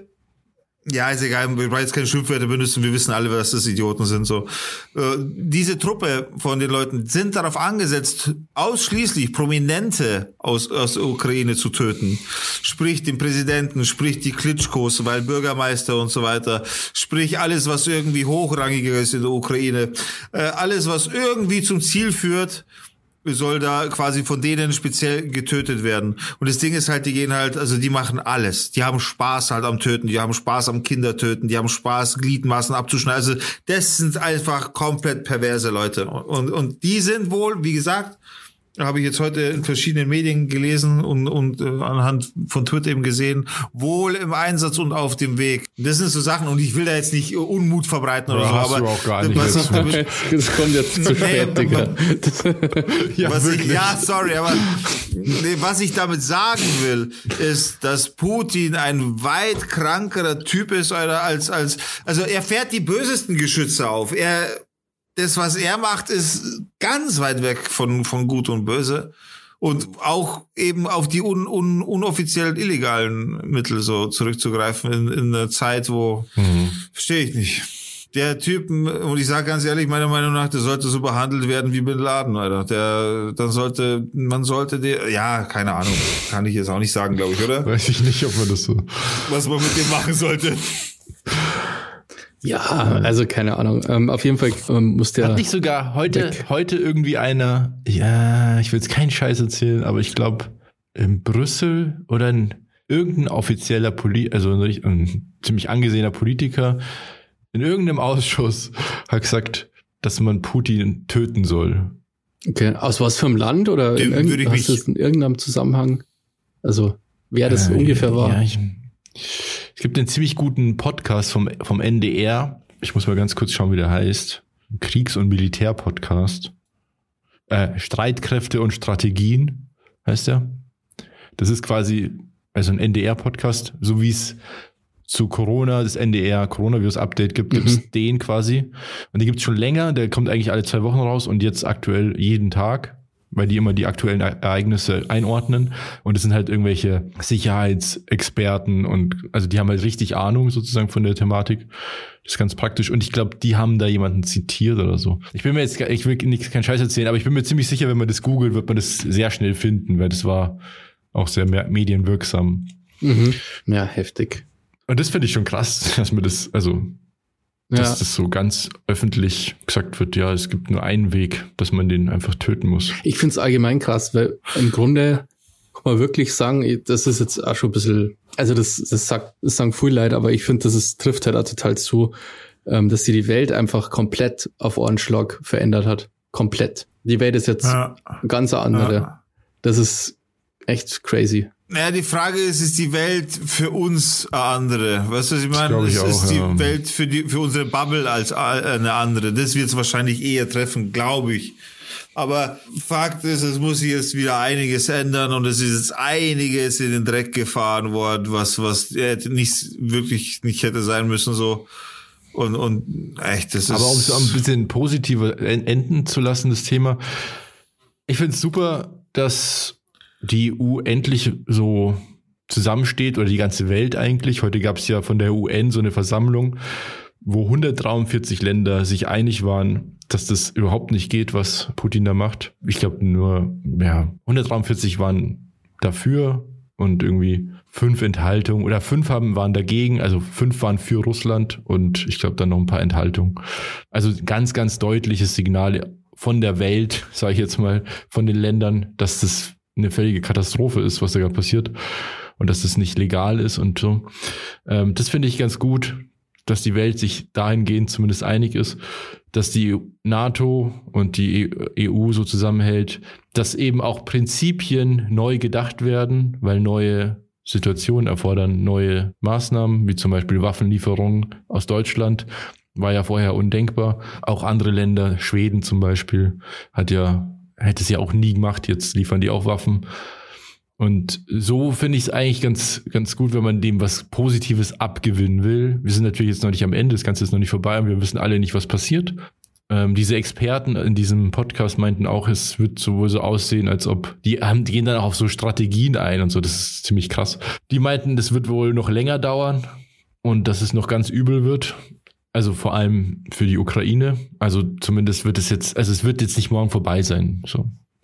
ja, ist egal, wir wollen jetzt keine Schimpfwörter benutzen, wir wissen alle, dass das Idioten sind, so. Äh, diese Truppe von den Leuten sind darauf angesetzt, ausschließlich Prominente aus, aus der Ukraine zu töten. Sprich den Präsidenten, sprich die Klitschkos, weil Bürgermeister und so weiter. Sprich alles, was irgendwie hochrangiger ist in der Ukraine. Äh, alles, was irgendwie zum Ziel führt, soll da quasi von denen speziell getötet werden. Und das Ding ist halt, die gehen halt, also die machen alles. Die haben Spaß halt am Töten, die haben Spaß am Kindertöten, die haben Spaß, Gliedmaßen abzuschneiden. Also das sind einfach komplett perverse Leute. Und, und die sind wohl, wie gesagt, habe ich jetzt heute in verschiedenen Medien gelesen und, und äh, anhand von Twitter eben gesehen, wohl im Einsatz und auf dem Weg. Das sind so Sachen, und ich will da jetzt nicht Unmut verbreiten oder, oder so, aber auch gar nicht was ich damit, das kommt jetzt zu spät, Digga. ja, was ich, ja, sorry, aber nee, was ich damit sagen will, ist, dass Putin ein weit krankerer Typ ist als, als, also er fährt die bösesten Geschütze auf. Er Das, was er macht, ist ganz weit weg von, von Gut und Böse. Und auch eben auf die un, un, unoffiziellen, illegalen Mittel so zurückzugreifen in, in einer Zeit, wo, mhm. verstehe ich nicht. Der Typ, und ich sage ganz ehrlich, meiner Meinung nach, der sollte so behandelt werden wie Bin Laden, Alter. Der, dann sollte, man sollte der, ja, keine Ahnung, kann ich jetzt auch nicht sagen, glaube ich, oder? Weiß ich nicht, ob man das so. Was man mit dem machen sollte. Ja, also keine Ahnung. Ähm, auf jeden Fall ähm, muss der. Hat nicht sogar heute, heute irgendwie einer, ja, ich will jetzt keinen Scheiß erzählen, aber ich glaube, in Brüssel oder in irgendein offizieller Poli, also ein, ein ziemlich angesehener Politiker in irgendeinem Ausschuss hat gesagt, dass man Putin töten soll. Okay, aus was für einem Land oder in, irgend, hast du das in irgendeinem Zusammenhang? Also, wer das äh, ungefähr war? Ja, ich, Es gibt einen ziemlich guten Podcast vom, vom N D R. Ich muss mal ganz kurz schauen, wie der heißt. Kriegs- und Militär-Podcast. Äh, Streitkräfte und Strategien heißt der. Das ist quasi also ein N D R-Podcast, so wie es zu Corona, das N D R Coronavirus-Update gibt, gibt es mhm. den quasi. Und den gibt es schon länger. Der kommt eigentlich alle zwei Wochen raus und jetzt aktuell jeden Tag, weil die immer die aktuellen Ereignisse einordnen. Und es sind halt irgendwelche Sicherheitsexperten und also die haben halt richtig Ahnung sozusagen von der Thematik. Das ist ganz praktisch. Und ich glaube, die haben da jemanden zitiert oder so. Ich bin mir jetzt, ich will nicht keinen Scheiß erzählen, aber ich bin mir ziemlich sicher, wenn man das googelt, wird man das sehr schnell finden, weil das war auch sehr medienwirksam. Mhm. Ja, heftig. Und das finde ich schon krass, dass man das, also dass ja. das so ganz öffentlich gesagt wird, ja, es gibt nur einen Weg, dass man den einfach töten muss. Ich finde es allgemein krass, weil im Grunde kann man wirklich sagen, das ist jetzt auch schon ein bisschen, also das, das sagt, das sagen viele Leute, aber ich finde, das ist, trifft halt auch total zu, dass sie die Welt einfach komplett auf einen Schlag verändert hat. Komplett. Die Welt ist jetzt ja. eine ganz andere. Ja. Das ist echt crazy. Naja, die Frage ist, ist die Welt für uns eine andere? Weißt du, was ich meine? Ich ist, auch, ist die ja. Welt für die für unsere Bubble als eine andere? Das wird es wahrscheinlich eher treffen, glaube ich. Aber Fakt ist, es muss sich jetzt wieder einiges ändern und es ist jetzt einiges in den Dreck gefahren worden, was was nicht wirklich nicht hätte sein müssen so. Und und echt, das ist. Aber um es ein bisschen positiver enden zu lassen, das Thema. Ich finde es super, dass die E U endlich so zusammensteht oder die ganze Welt eigentlich. Heute gab es ja von der U N so eine Versammlung, wo hundertdreiundvierzig Länder sich einig waren, dass das überhaupt nicht geht, was Putin da macht. Ich glaube nur, ja, hundertdreiundvierzig waren dafür und irgendwie fünf Enthaltungen oder fünf haben waren dagegen, also fünf waren für Russland und ich glaube dann noch ein paar Enthaltungen. Also ganz, ganz deutliches Signal von der Welt, sage ich jetzt mal, von den Ländern, dass das eine völlige Katastrophe ist, was da gerade passiert und dass das nicht legal ist und so. Ähm, das finde ich ganz gut, dass die Welt sich dahingehend zumindest einig ist, dass die NATO und die E U so zusammenhält, dass eben auch Prinzipien neu gedacht werden, weil neue Situationen erfordern neue Maßnahmen, wie zum Beispiel Waffenlieferungen aus Deutschland, war ja vorher undenkbar. Auch andere Länder, Schweden zum Beispiel, hat ja hätte es ja auch nie gemacht, jetzt liefern die auch Waffen. Und so finde ich es eigentlich ganz ganz gut, wenn man dem was Positives abgewinnen will. Wir sind natürlich jetzt noch nicht am Ende, das Ganze ist noch nicht vorbei und wir wissen alle nicht, was passiert. Ähm, diese Experten in diesem Podcast meinten auch, es wird sowohl so aussehen, als ob, die, haben, die gehen dann auch auf so Strategien ein und so, das ist ziemlich krass. Die meinten, das wird wohl noch länger dauern und dass es noch ganz übel wird. Also vor allem für die Ukraine. Also zumindest wird es jetzt, also es wird jetzt nicht morgen vorbei sein. So.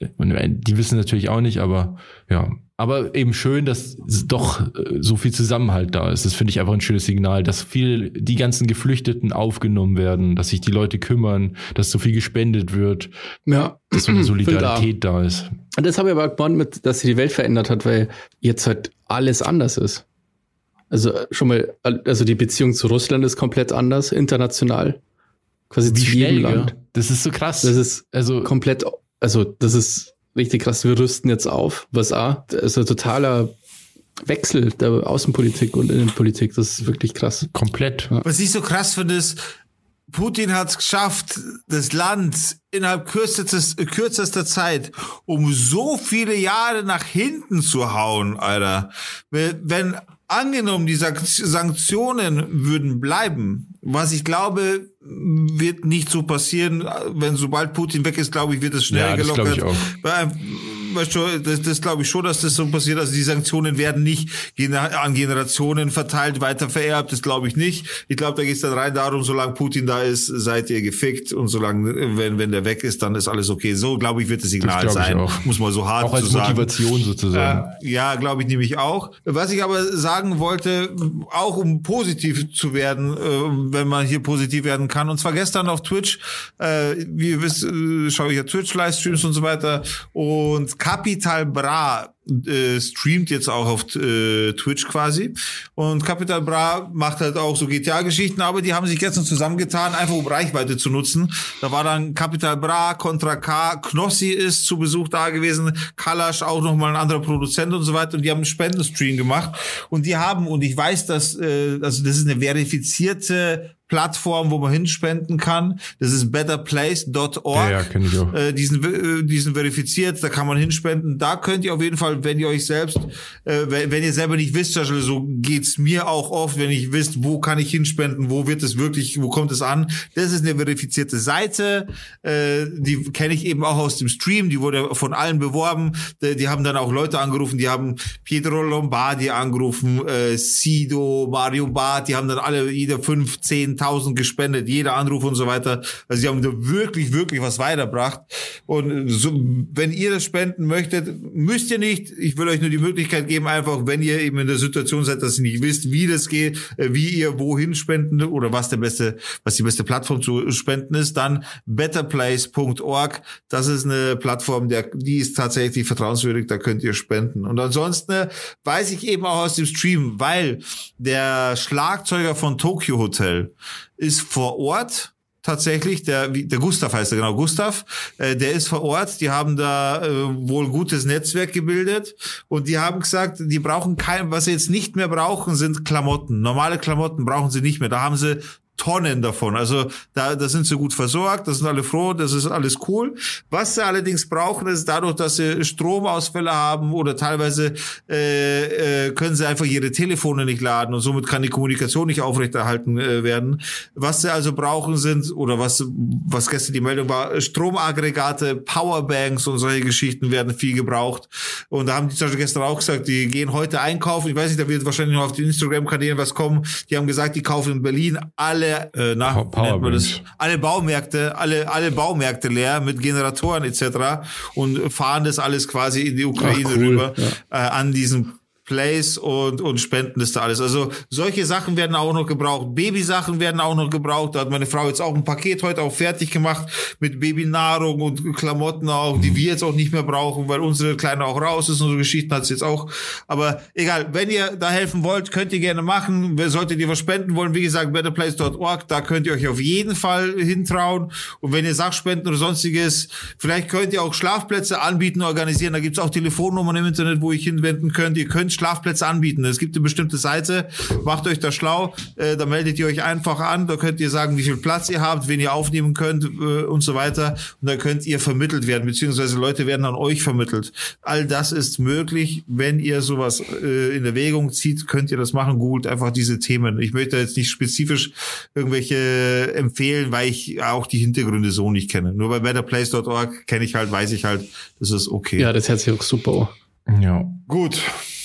die wissen natürlich auch nicht, aber ja. Aber eben schön, dass doch so viel Zusammenhalt da ist. Das finde ich einfach ein schönes Signal, dass viel, die ganzen Geflüchteten aufgenommen werden, dass sich die Leute kümmern, dass so viel gespendet wird, ja. dass so eine Solidarität da ist. Und das habe ich aber gewonnen mit, dass sich die Welt verändert hat, weil jetzt halt alles anders ist. Also schon mal, also die Beziehung zu Russland ist komplett anders, international. Quasi Wie zu schnell, jedem Land. Ja? Das ist so krass. Das ist also komplett, also das ist richtig krass, wir rüsten jetzt auf. Was auch, das ist ein totaler Wechsel der Außenpolitik und Innenpolitik. Das ist wirklich krass. Komplett. Ja. Was ich so krass finde, ist, Putin hat es geschafft, das Land innerhalb kürzester, kürzester Zeit um so viele Jahre nach hinten zu hauen, Alter. Wenn angenommen, die Sanktionen würden bleiben, was ich glaube, wird nicht so passieren, wenn sobald Putin weg ist, glaube ich, wird es schnell ja, das gelockert. Ich auch. Weißt du, das, das glaube ich schon, dass das so passiert. Also die Sanktionen werden nicht an Generationen verteilt, weiter vererbt, das glaube ich nicht. Ich glaube, da geht es dann rein darum, solange Putin da ist, seid ihr gefickt und solange, wenn wenn der weg ist, dann ist alles okay. So, glaube ich, wird das Signal das sein. Muss man so hart auch als zu sagen. Motivation sozusagen. Äh, ja, glaube ich nämlich auch. Was ich aber sagen wollte, auch um positiv zu werden, äh, wenn man hier positiv werden kann, und zwar gestern auf Twitch, äh, wie ihr wisst, äh, schaue ich ja Twitch-Livestreams und so weiter, und Capital Bra äh, streamt jetzt auch auf äh, Twitch quasi, und Capital Bra macht halt auch so G T A-Geschichten, aber die haben sich gestern zusammengetan, einfach um Reichweite zu nutzen. Da war dann Capital Bra, Contra K, Knossi ist zu Besuch da gewesen, Kalash auch nochmal ein anderer Produzent und so weiter, und die haben einen Spendenstream gemacht, und die haben, und ich weiß, dass äh, also das ist eine verifizierte Plattform, wo man hinspenden kann. Das ist better place dot org. Ja, ja, kenn ich auch. Äh, diesen, äh, diesen verifiziert, da kann man hinspenden. Da könnt ihr auf jeden Fall, wenn ihr euch selbst, äh, wenn, wenn ihr selber nicht wisst, also so geht's mir auch oft, wenn ich wisst, wo kann ich hinspenden, wo wird es wirklich, wo kommt es an. Das ist eine verifizierte Seite, äh, die kenne ich eben auch aus dem Stream, die wurde von allen beworben. Die, die haben dann auch Leute angerufen, die haben Pietro Lombardi angerufen, äh, Sido, Mario Barth, die haben dann alle jeder fünf, zehn tausend gespendet, jeder Anruf und so weiter. Also sie haben da wirklich, wirklich was weitergebracht. Und so, wenn ihr das spenden möchtet, müsst ihr nicht. Ich will euch nur die Möglichkeit geben, einfach, wenn ihr eben in der Situation seid, dass ihr nicht wisst, wie das geht, wie ihr wohin spenden oder was der beste, was die beste Plattform zu spenden ist, dann better place dot org. Das ist eine Plattform, der, die ist tatsächlich vertrauenswürdig, da könnt ihr spenden. Und ansonsten weiß ich eben auch aus dem Stream, weil der Schlagzeuger von Tokyo Hotel ist vor Ort tatsächlich, der der Gustav heißt er, genau, Gustav, äh, der ist vor Ort, die haben da äh, wohl gutes Netzwerk gebildet, und die haben gesagt, die brauchen kein, was sie jetzt nicht mehr brauchen, sind Klamotten. Normale Klamotten brauchen sie nicht mehr, da haben sie Tonnen davon. Also da, da sind sie gut versorgt, da sind alle froh, das ist alles cool. Was sie allerdings brauchen, ist dadurch, dass sie Stromausfälle haben oder teilweise äh, äh, können sie einfach ihre Telefone nicht laden, und somit kann die Kommunikation nicht aufrechterhalten äh, werden. Was sie also brauchen sind, oder was was gestern die Meldung war, Stromaggregate, Powerbanks und solche Geschichten werden viel gebraucht. Und da haben die zum Beispiel gestern auch gesagt, die gehen heute einkaufen. Ich weiß nicht, da wird wahrscheinlich noch auf den Instagram-Kanälen was kommen. Die haben gesagt, die kaufen in Berlin alle Äh, nach, nennt man das, alle Baumärkte, alle alle Baumärkte leer mit Generatoren et cetera und fahren das alles quasi in die Ukraine Ach, cool. rüber ja. äh, an diesen Place und und spenden das da alles. Also solche Sachen werden auch noch gebraucht. Babysachen werden auch noch gebraucht. Da hat meine Frau jetzt auch ein Paket heute auch fertig gemacht mit Babynahrung und Klamotten auch, die wir jetzt auch nicht mehr brauchen, weil unsere Kleine auch raus ist, und so Geschichten hat sie jetzt auch. Aber egal, wenn ihr da helfen wollt, könnt ihr gerne machen. Solltet ihr was spenden wollen, wie gesagt, better place dot org, da könnt ihr euch auf jeden Fall hintrauen. Und wenn ihr Sachspenden oder sonstiges, vielleicht könnt ihr auch Schlafplätze anbieten, organisieren. Da gibt's auch Telefonnummern im Internet, wo ihr hinwenden könnt. Ihr könnt Schlafplätze anbieten. Es gibt eine bestimmte Seite, macht euch da schlau, äh, da meldet ihr euch einfach an, da könnt ihr sagen, wie viel Platz ihr habt, wen ihr aufnehmen könnt äh, und so weiter, und da könnt ihr vermittelt werden, beziehungsweise Leute werden an euch vermittelt. All das ist möglich, wenn ihr sowas äh, in Erwägung zieht, könnt ihr das machen, googelt einfach diese Themen. Ich möchte jetzt nicht spezifisch irgendwelche empfehlen, weil ich auch die Hintergründe so nicht kenne. Nur bei better place dot org kenne ich halt, weiß ich halt, das ist okay. Ja, das hört sich auch super an. Ja. Gut.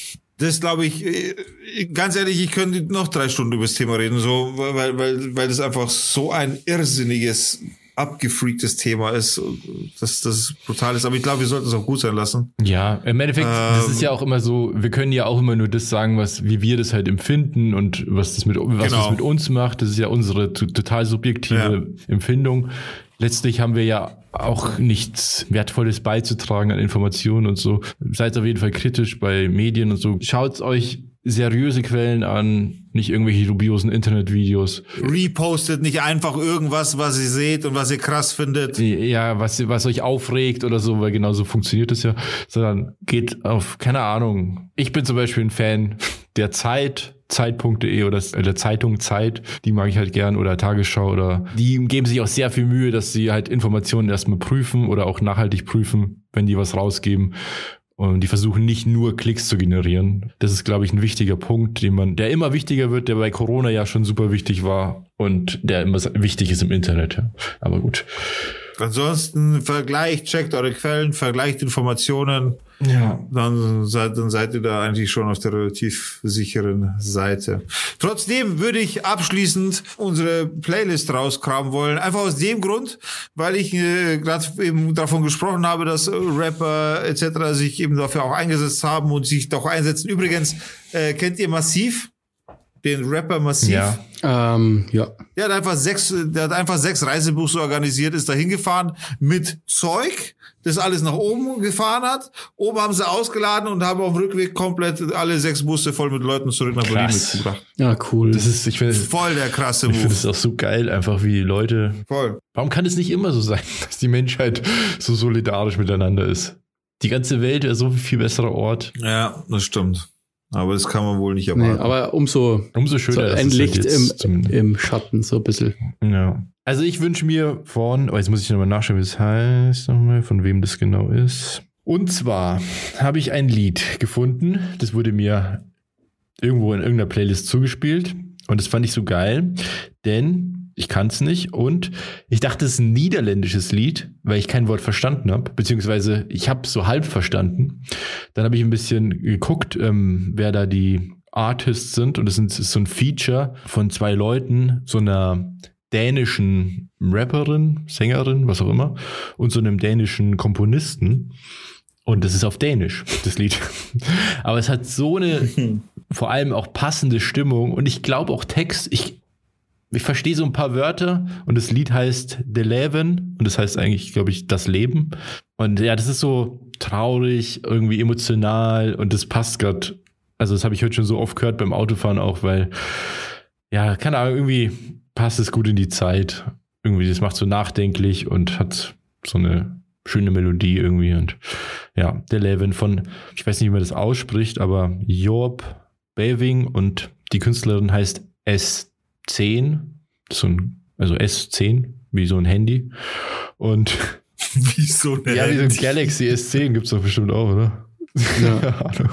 Das glaube ich, ganz ehrlich, ich könnte noch drei Stunden über das Thema reden, so, weil, weil, weil das einfach so ein irrsinniges abgefreaktes Thema ist, dass das brutal ist. Aber ich glaube, wir sollten es auch gut sein lassen. Ja, im Endeffekt, ähm, das ist ja auch immer so, wir können ja auch immer nur das sagen, was, wie wir das halt empfinden und was das mit, was Genau. das mit uns macht. Das ist ja unsere t- total subjektive Ja. Empfindung. Letztlich haben wir ja auch nichts Wertvolles beizutragen an Informationen und so. Seid auf jeden Fall kritisch bei Medien und so. Schaut euch seriöse Quellen an, nicht irgendwelche dubiosen Internetvideos. Repostet nicht einfach irgendwas, was ihr seht und was ihr krass findet. Ja, was, was euch aufregt oder so, weil genau so funktioniert es ja, sondern geht auf, keine Ahnung. Ich bin zum Beispiel ein Fan der Zeit, Zeit punkt de oder der Zeitung Zeit, die mag ich halt gern, oder Tagesschau, oder die geben sich auch sehr viel Mühe, dass sie halt Informationen erstmal prüfen oder auch nachhaltig prüfen, wenn die was rausgeben. Und die versuchen nicht nur Klicks zu generieren. Das ist, glaube ich, ein wichtiger Punkt, den man, der immer wichtiger wird, der bei Corona ja schon super wichtig war und der immer wichtig ist im Internet. Ja. Aber gut. Ansonsten vergleicht, checkt eure Quellen, vergleicht Informationen. Ja. Dann seid, dann seid ihr da eigentlich schon auf der relativ sicheren Seite. Trotzdem würde ich abschließend unsere Playlist rauskramen wollen. Einfach aus dem Grund, weil ich äh, gerade eben davon gesprochen habe, dass Rapper et cetera sich eben dafür auch eingesetzt haben und sich doch einsetzen. Übrigens, äh, kennt ihr Massiv? Den Rapper Massiv? Ja. Ähm, ja. Der hat einfach sechs, der hat einfach sechs Reisebusse organisiert, ist da hingefahren mit Zeug, das alles nach oben gefahren hat. Oben haben sie ausgeladen und haben auf dem Rückweg komplett alle sechs Busse voll mit Leuten zurück nach Berlin Krass. mitgebracht. Ja, cool. Das ist, ich finde, Voll der krasse ich finde es Move. auch so geil, einfach wie die Leute. Voll. Warum kann es nicht immer so sein, dass die Menschheit so solidarisch miteinander ist? Die ganze Welt wäre so ein viel besserer Ort. Ja, das stimmt. Aber das kann man wohl nicht Nee, erwarten. aber umso Umso so schöner ein ist es halt Licht jetzt im, zum- im Schatten, so ein bisschen. Ja. Also ich wünsche mir von, oh, jetzt muss ich nochmal nachschauen, wie es heißt, nochmal, von wem das genau ist. Und zwar habe ich ein Lied gefunden, das wurde mir irgendwo in irgendeiner Playlist zugespielt und das fand ich so geil, denn ich kann es nicht und ich dachte, es ist ein niederländisches Lied, weil ich kein Wort verstanden habe, beziehungsweise ich habe es so halb verstanden. Dann habe ich ein bisschen geguckt, ähm, wer da die Artists sind und es ist so ein Feature von zwei Leuten, so einer dänischen Rapperin, Sängerin, was auch immer, und so einem dänischen Komponisten. Und das ist auf Dänisch, das Lied. Aber es hat so eine, vor allem auch passende Stimmung und ich glaube auch Text, ich Ich verstehe so ein paar Wörter und das Lied heißt The Leven und das heißt eigentlich, glaube ich, das Leben. Und ja, das ist so traurig, irgendwie emotional und das passt gerade. Also das habe ich heute schon so oft gehört beim Autofahren auch, weil, ja, keine Ahnung, irgendwie passt es gut in die Zeit. Irgendwie, das macht so nachdenklich und hat so eine schöne Melodie irgendwie. Und ja, The Leven von, ich weiß nicht, wie man das ausspricht, aber Job Beving und die Künstlerin heißt S. zehn, so ein, also S zehn, wie so ein Handy. Und Wie so eine ja, wie so ein Handy. Galaxy S zehn gibt's doch bestimmt auch, oder? Ja. Keine Ahnung.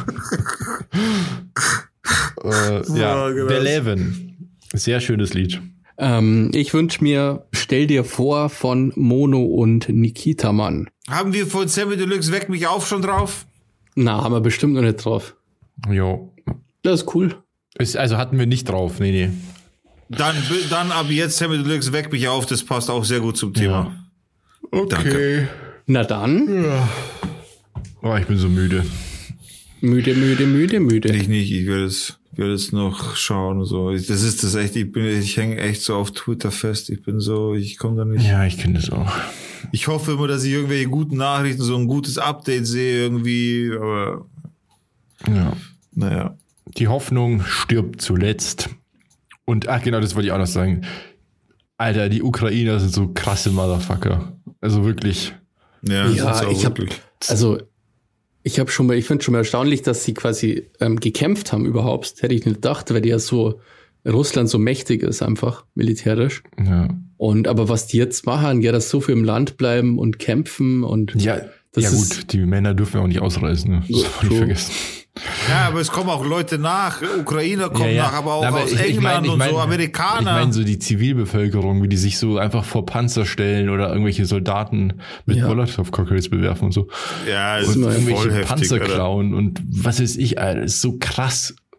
äh, ja, Boah, genau. The Leven. Sehr schönes Lied. Ähm, ich wünsche mir Stell dir vor von Mono und Nikita Mann. Haben wir von Sammy Deluxe Weck mich auf schon drauf? Na, haben wir bestimmt noch nicht drauf. Jo. Das ist cool. Ist, also hatten wir nicht drauf, nee, nee. Dann, dann ab jetzt Sammy Deluxe Weck mich auf, das passt auch sehr gut zum Thema. Okay. Danke. Na dann, Oh, ich bin so müde. müde, müde, müde, müde. Ich nicht, ich werde es, ich werde es noch schauen und so. Das ist das echt, ich bin, ich hänge echt so auf Twitter fest. Ich bin so, ich komme da nicht. Ja, ich kenne das auch. Ich hoffe immer, dass ich irgendwelche guten Nachrichten, so ein gutes Update sehe irgendwie, aber Ja. naja. Die Hoffnung stirbt zuletzt. Und, ach genau, das wollte ich auch noch sagen. Alter, die Ukrainer sind so krasse Motherfucker. Also wirklich. Ja, Ja, das ist auch ich hab- wirklich. Also, ich habe schon mal, ich finde schon mal erstaunlich, dass sie quasi ähm, gekämpft haben überhaupt. Hätte ich nicht gedacht, weil die ja so, Russland so mächtig ist einfach, militärisch. Ja. Und aber was die jetzt machen, ja, dass so viel im Land bleiben und kämpfen und Ja, Das ja ist- gut, die Männer dürfen auch nicht ausreisen. Ne? Das So- darf man nicht so. vergessen. Ja, aber es kommen auch Leute nach. Ukrainer kommen nach, aber auch Na, aus ich- ich England mein- ich und mein- so, Amerikaner. Ich meine so die Zivilbevölkerung, wie die sich so einfach vor Panzer stellen oder irgendwelche Soldaten mit Ja. Molotow-Cocktails bewerfen und so. ja, es Und ist voll irgendwelche heftig, Panzer Alter. klauen und was weiß ich, Alter, ist so krass.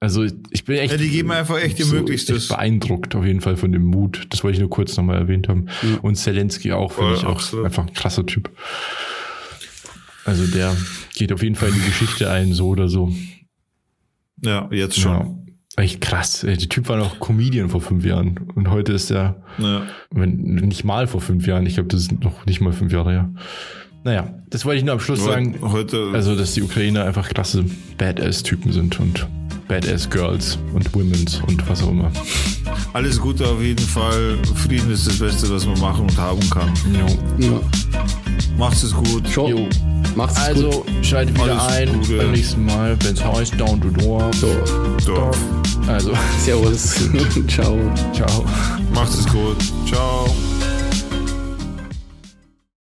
Also ich bin echt... Ja, die geben einfach echt ihr so Möglichstes. Echt beeindruckt auf jeden Fall von dem Mut. Das wollte ich nur kurz nochmal erwähnt haben. Mhm. Und Zelensky auch, finde ich auch absolut. Einfach ein krasser Typ. Also der geht auf jeden Fall in die Geschichte ein, so oder so. Ja, jetzt schon. Ja. Echt krass. Der Typ war noch Comedian vor fünf Jahren. Und heute ist er, ja. wenn nicht mal vor fünf Jahren, ich glaube, das ist noch nicht mal fünf Jahre her. Naja, das wollte ich nur am Schluss sagen. Heute, also, dass die Ukrainer einfach klasse Badass-Typen sind und Badass-Girls und Womens und was auch immer. Alles Gute auf jeden Fall. Frieden ist das Beste, was man machen und haben kann. Jo. Ja. Macht's es gut. Jo. Macht's also, gut. schaltet wieder Alles ein Gute. Beim nächsten Mal, wenn es heißt Down to Dorf. Dorf. Dorf. Also, Servus. Ciao. Ciao. Macht's es gut. Ciao.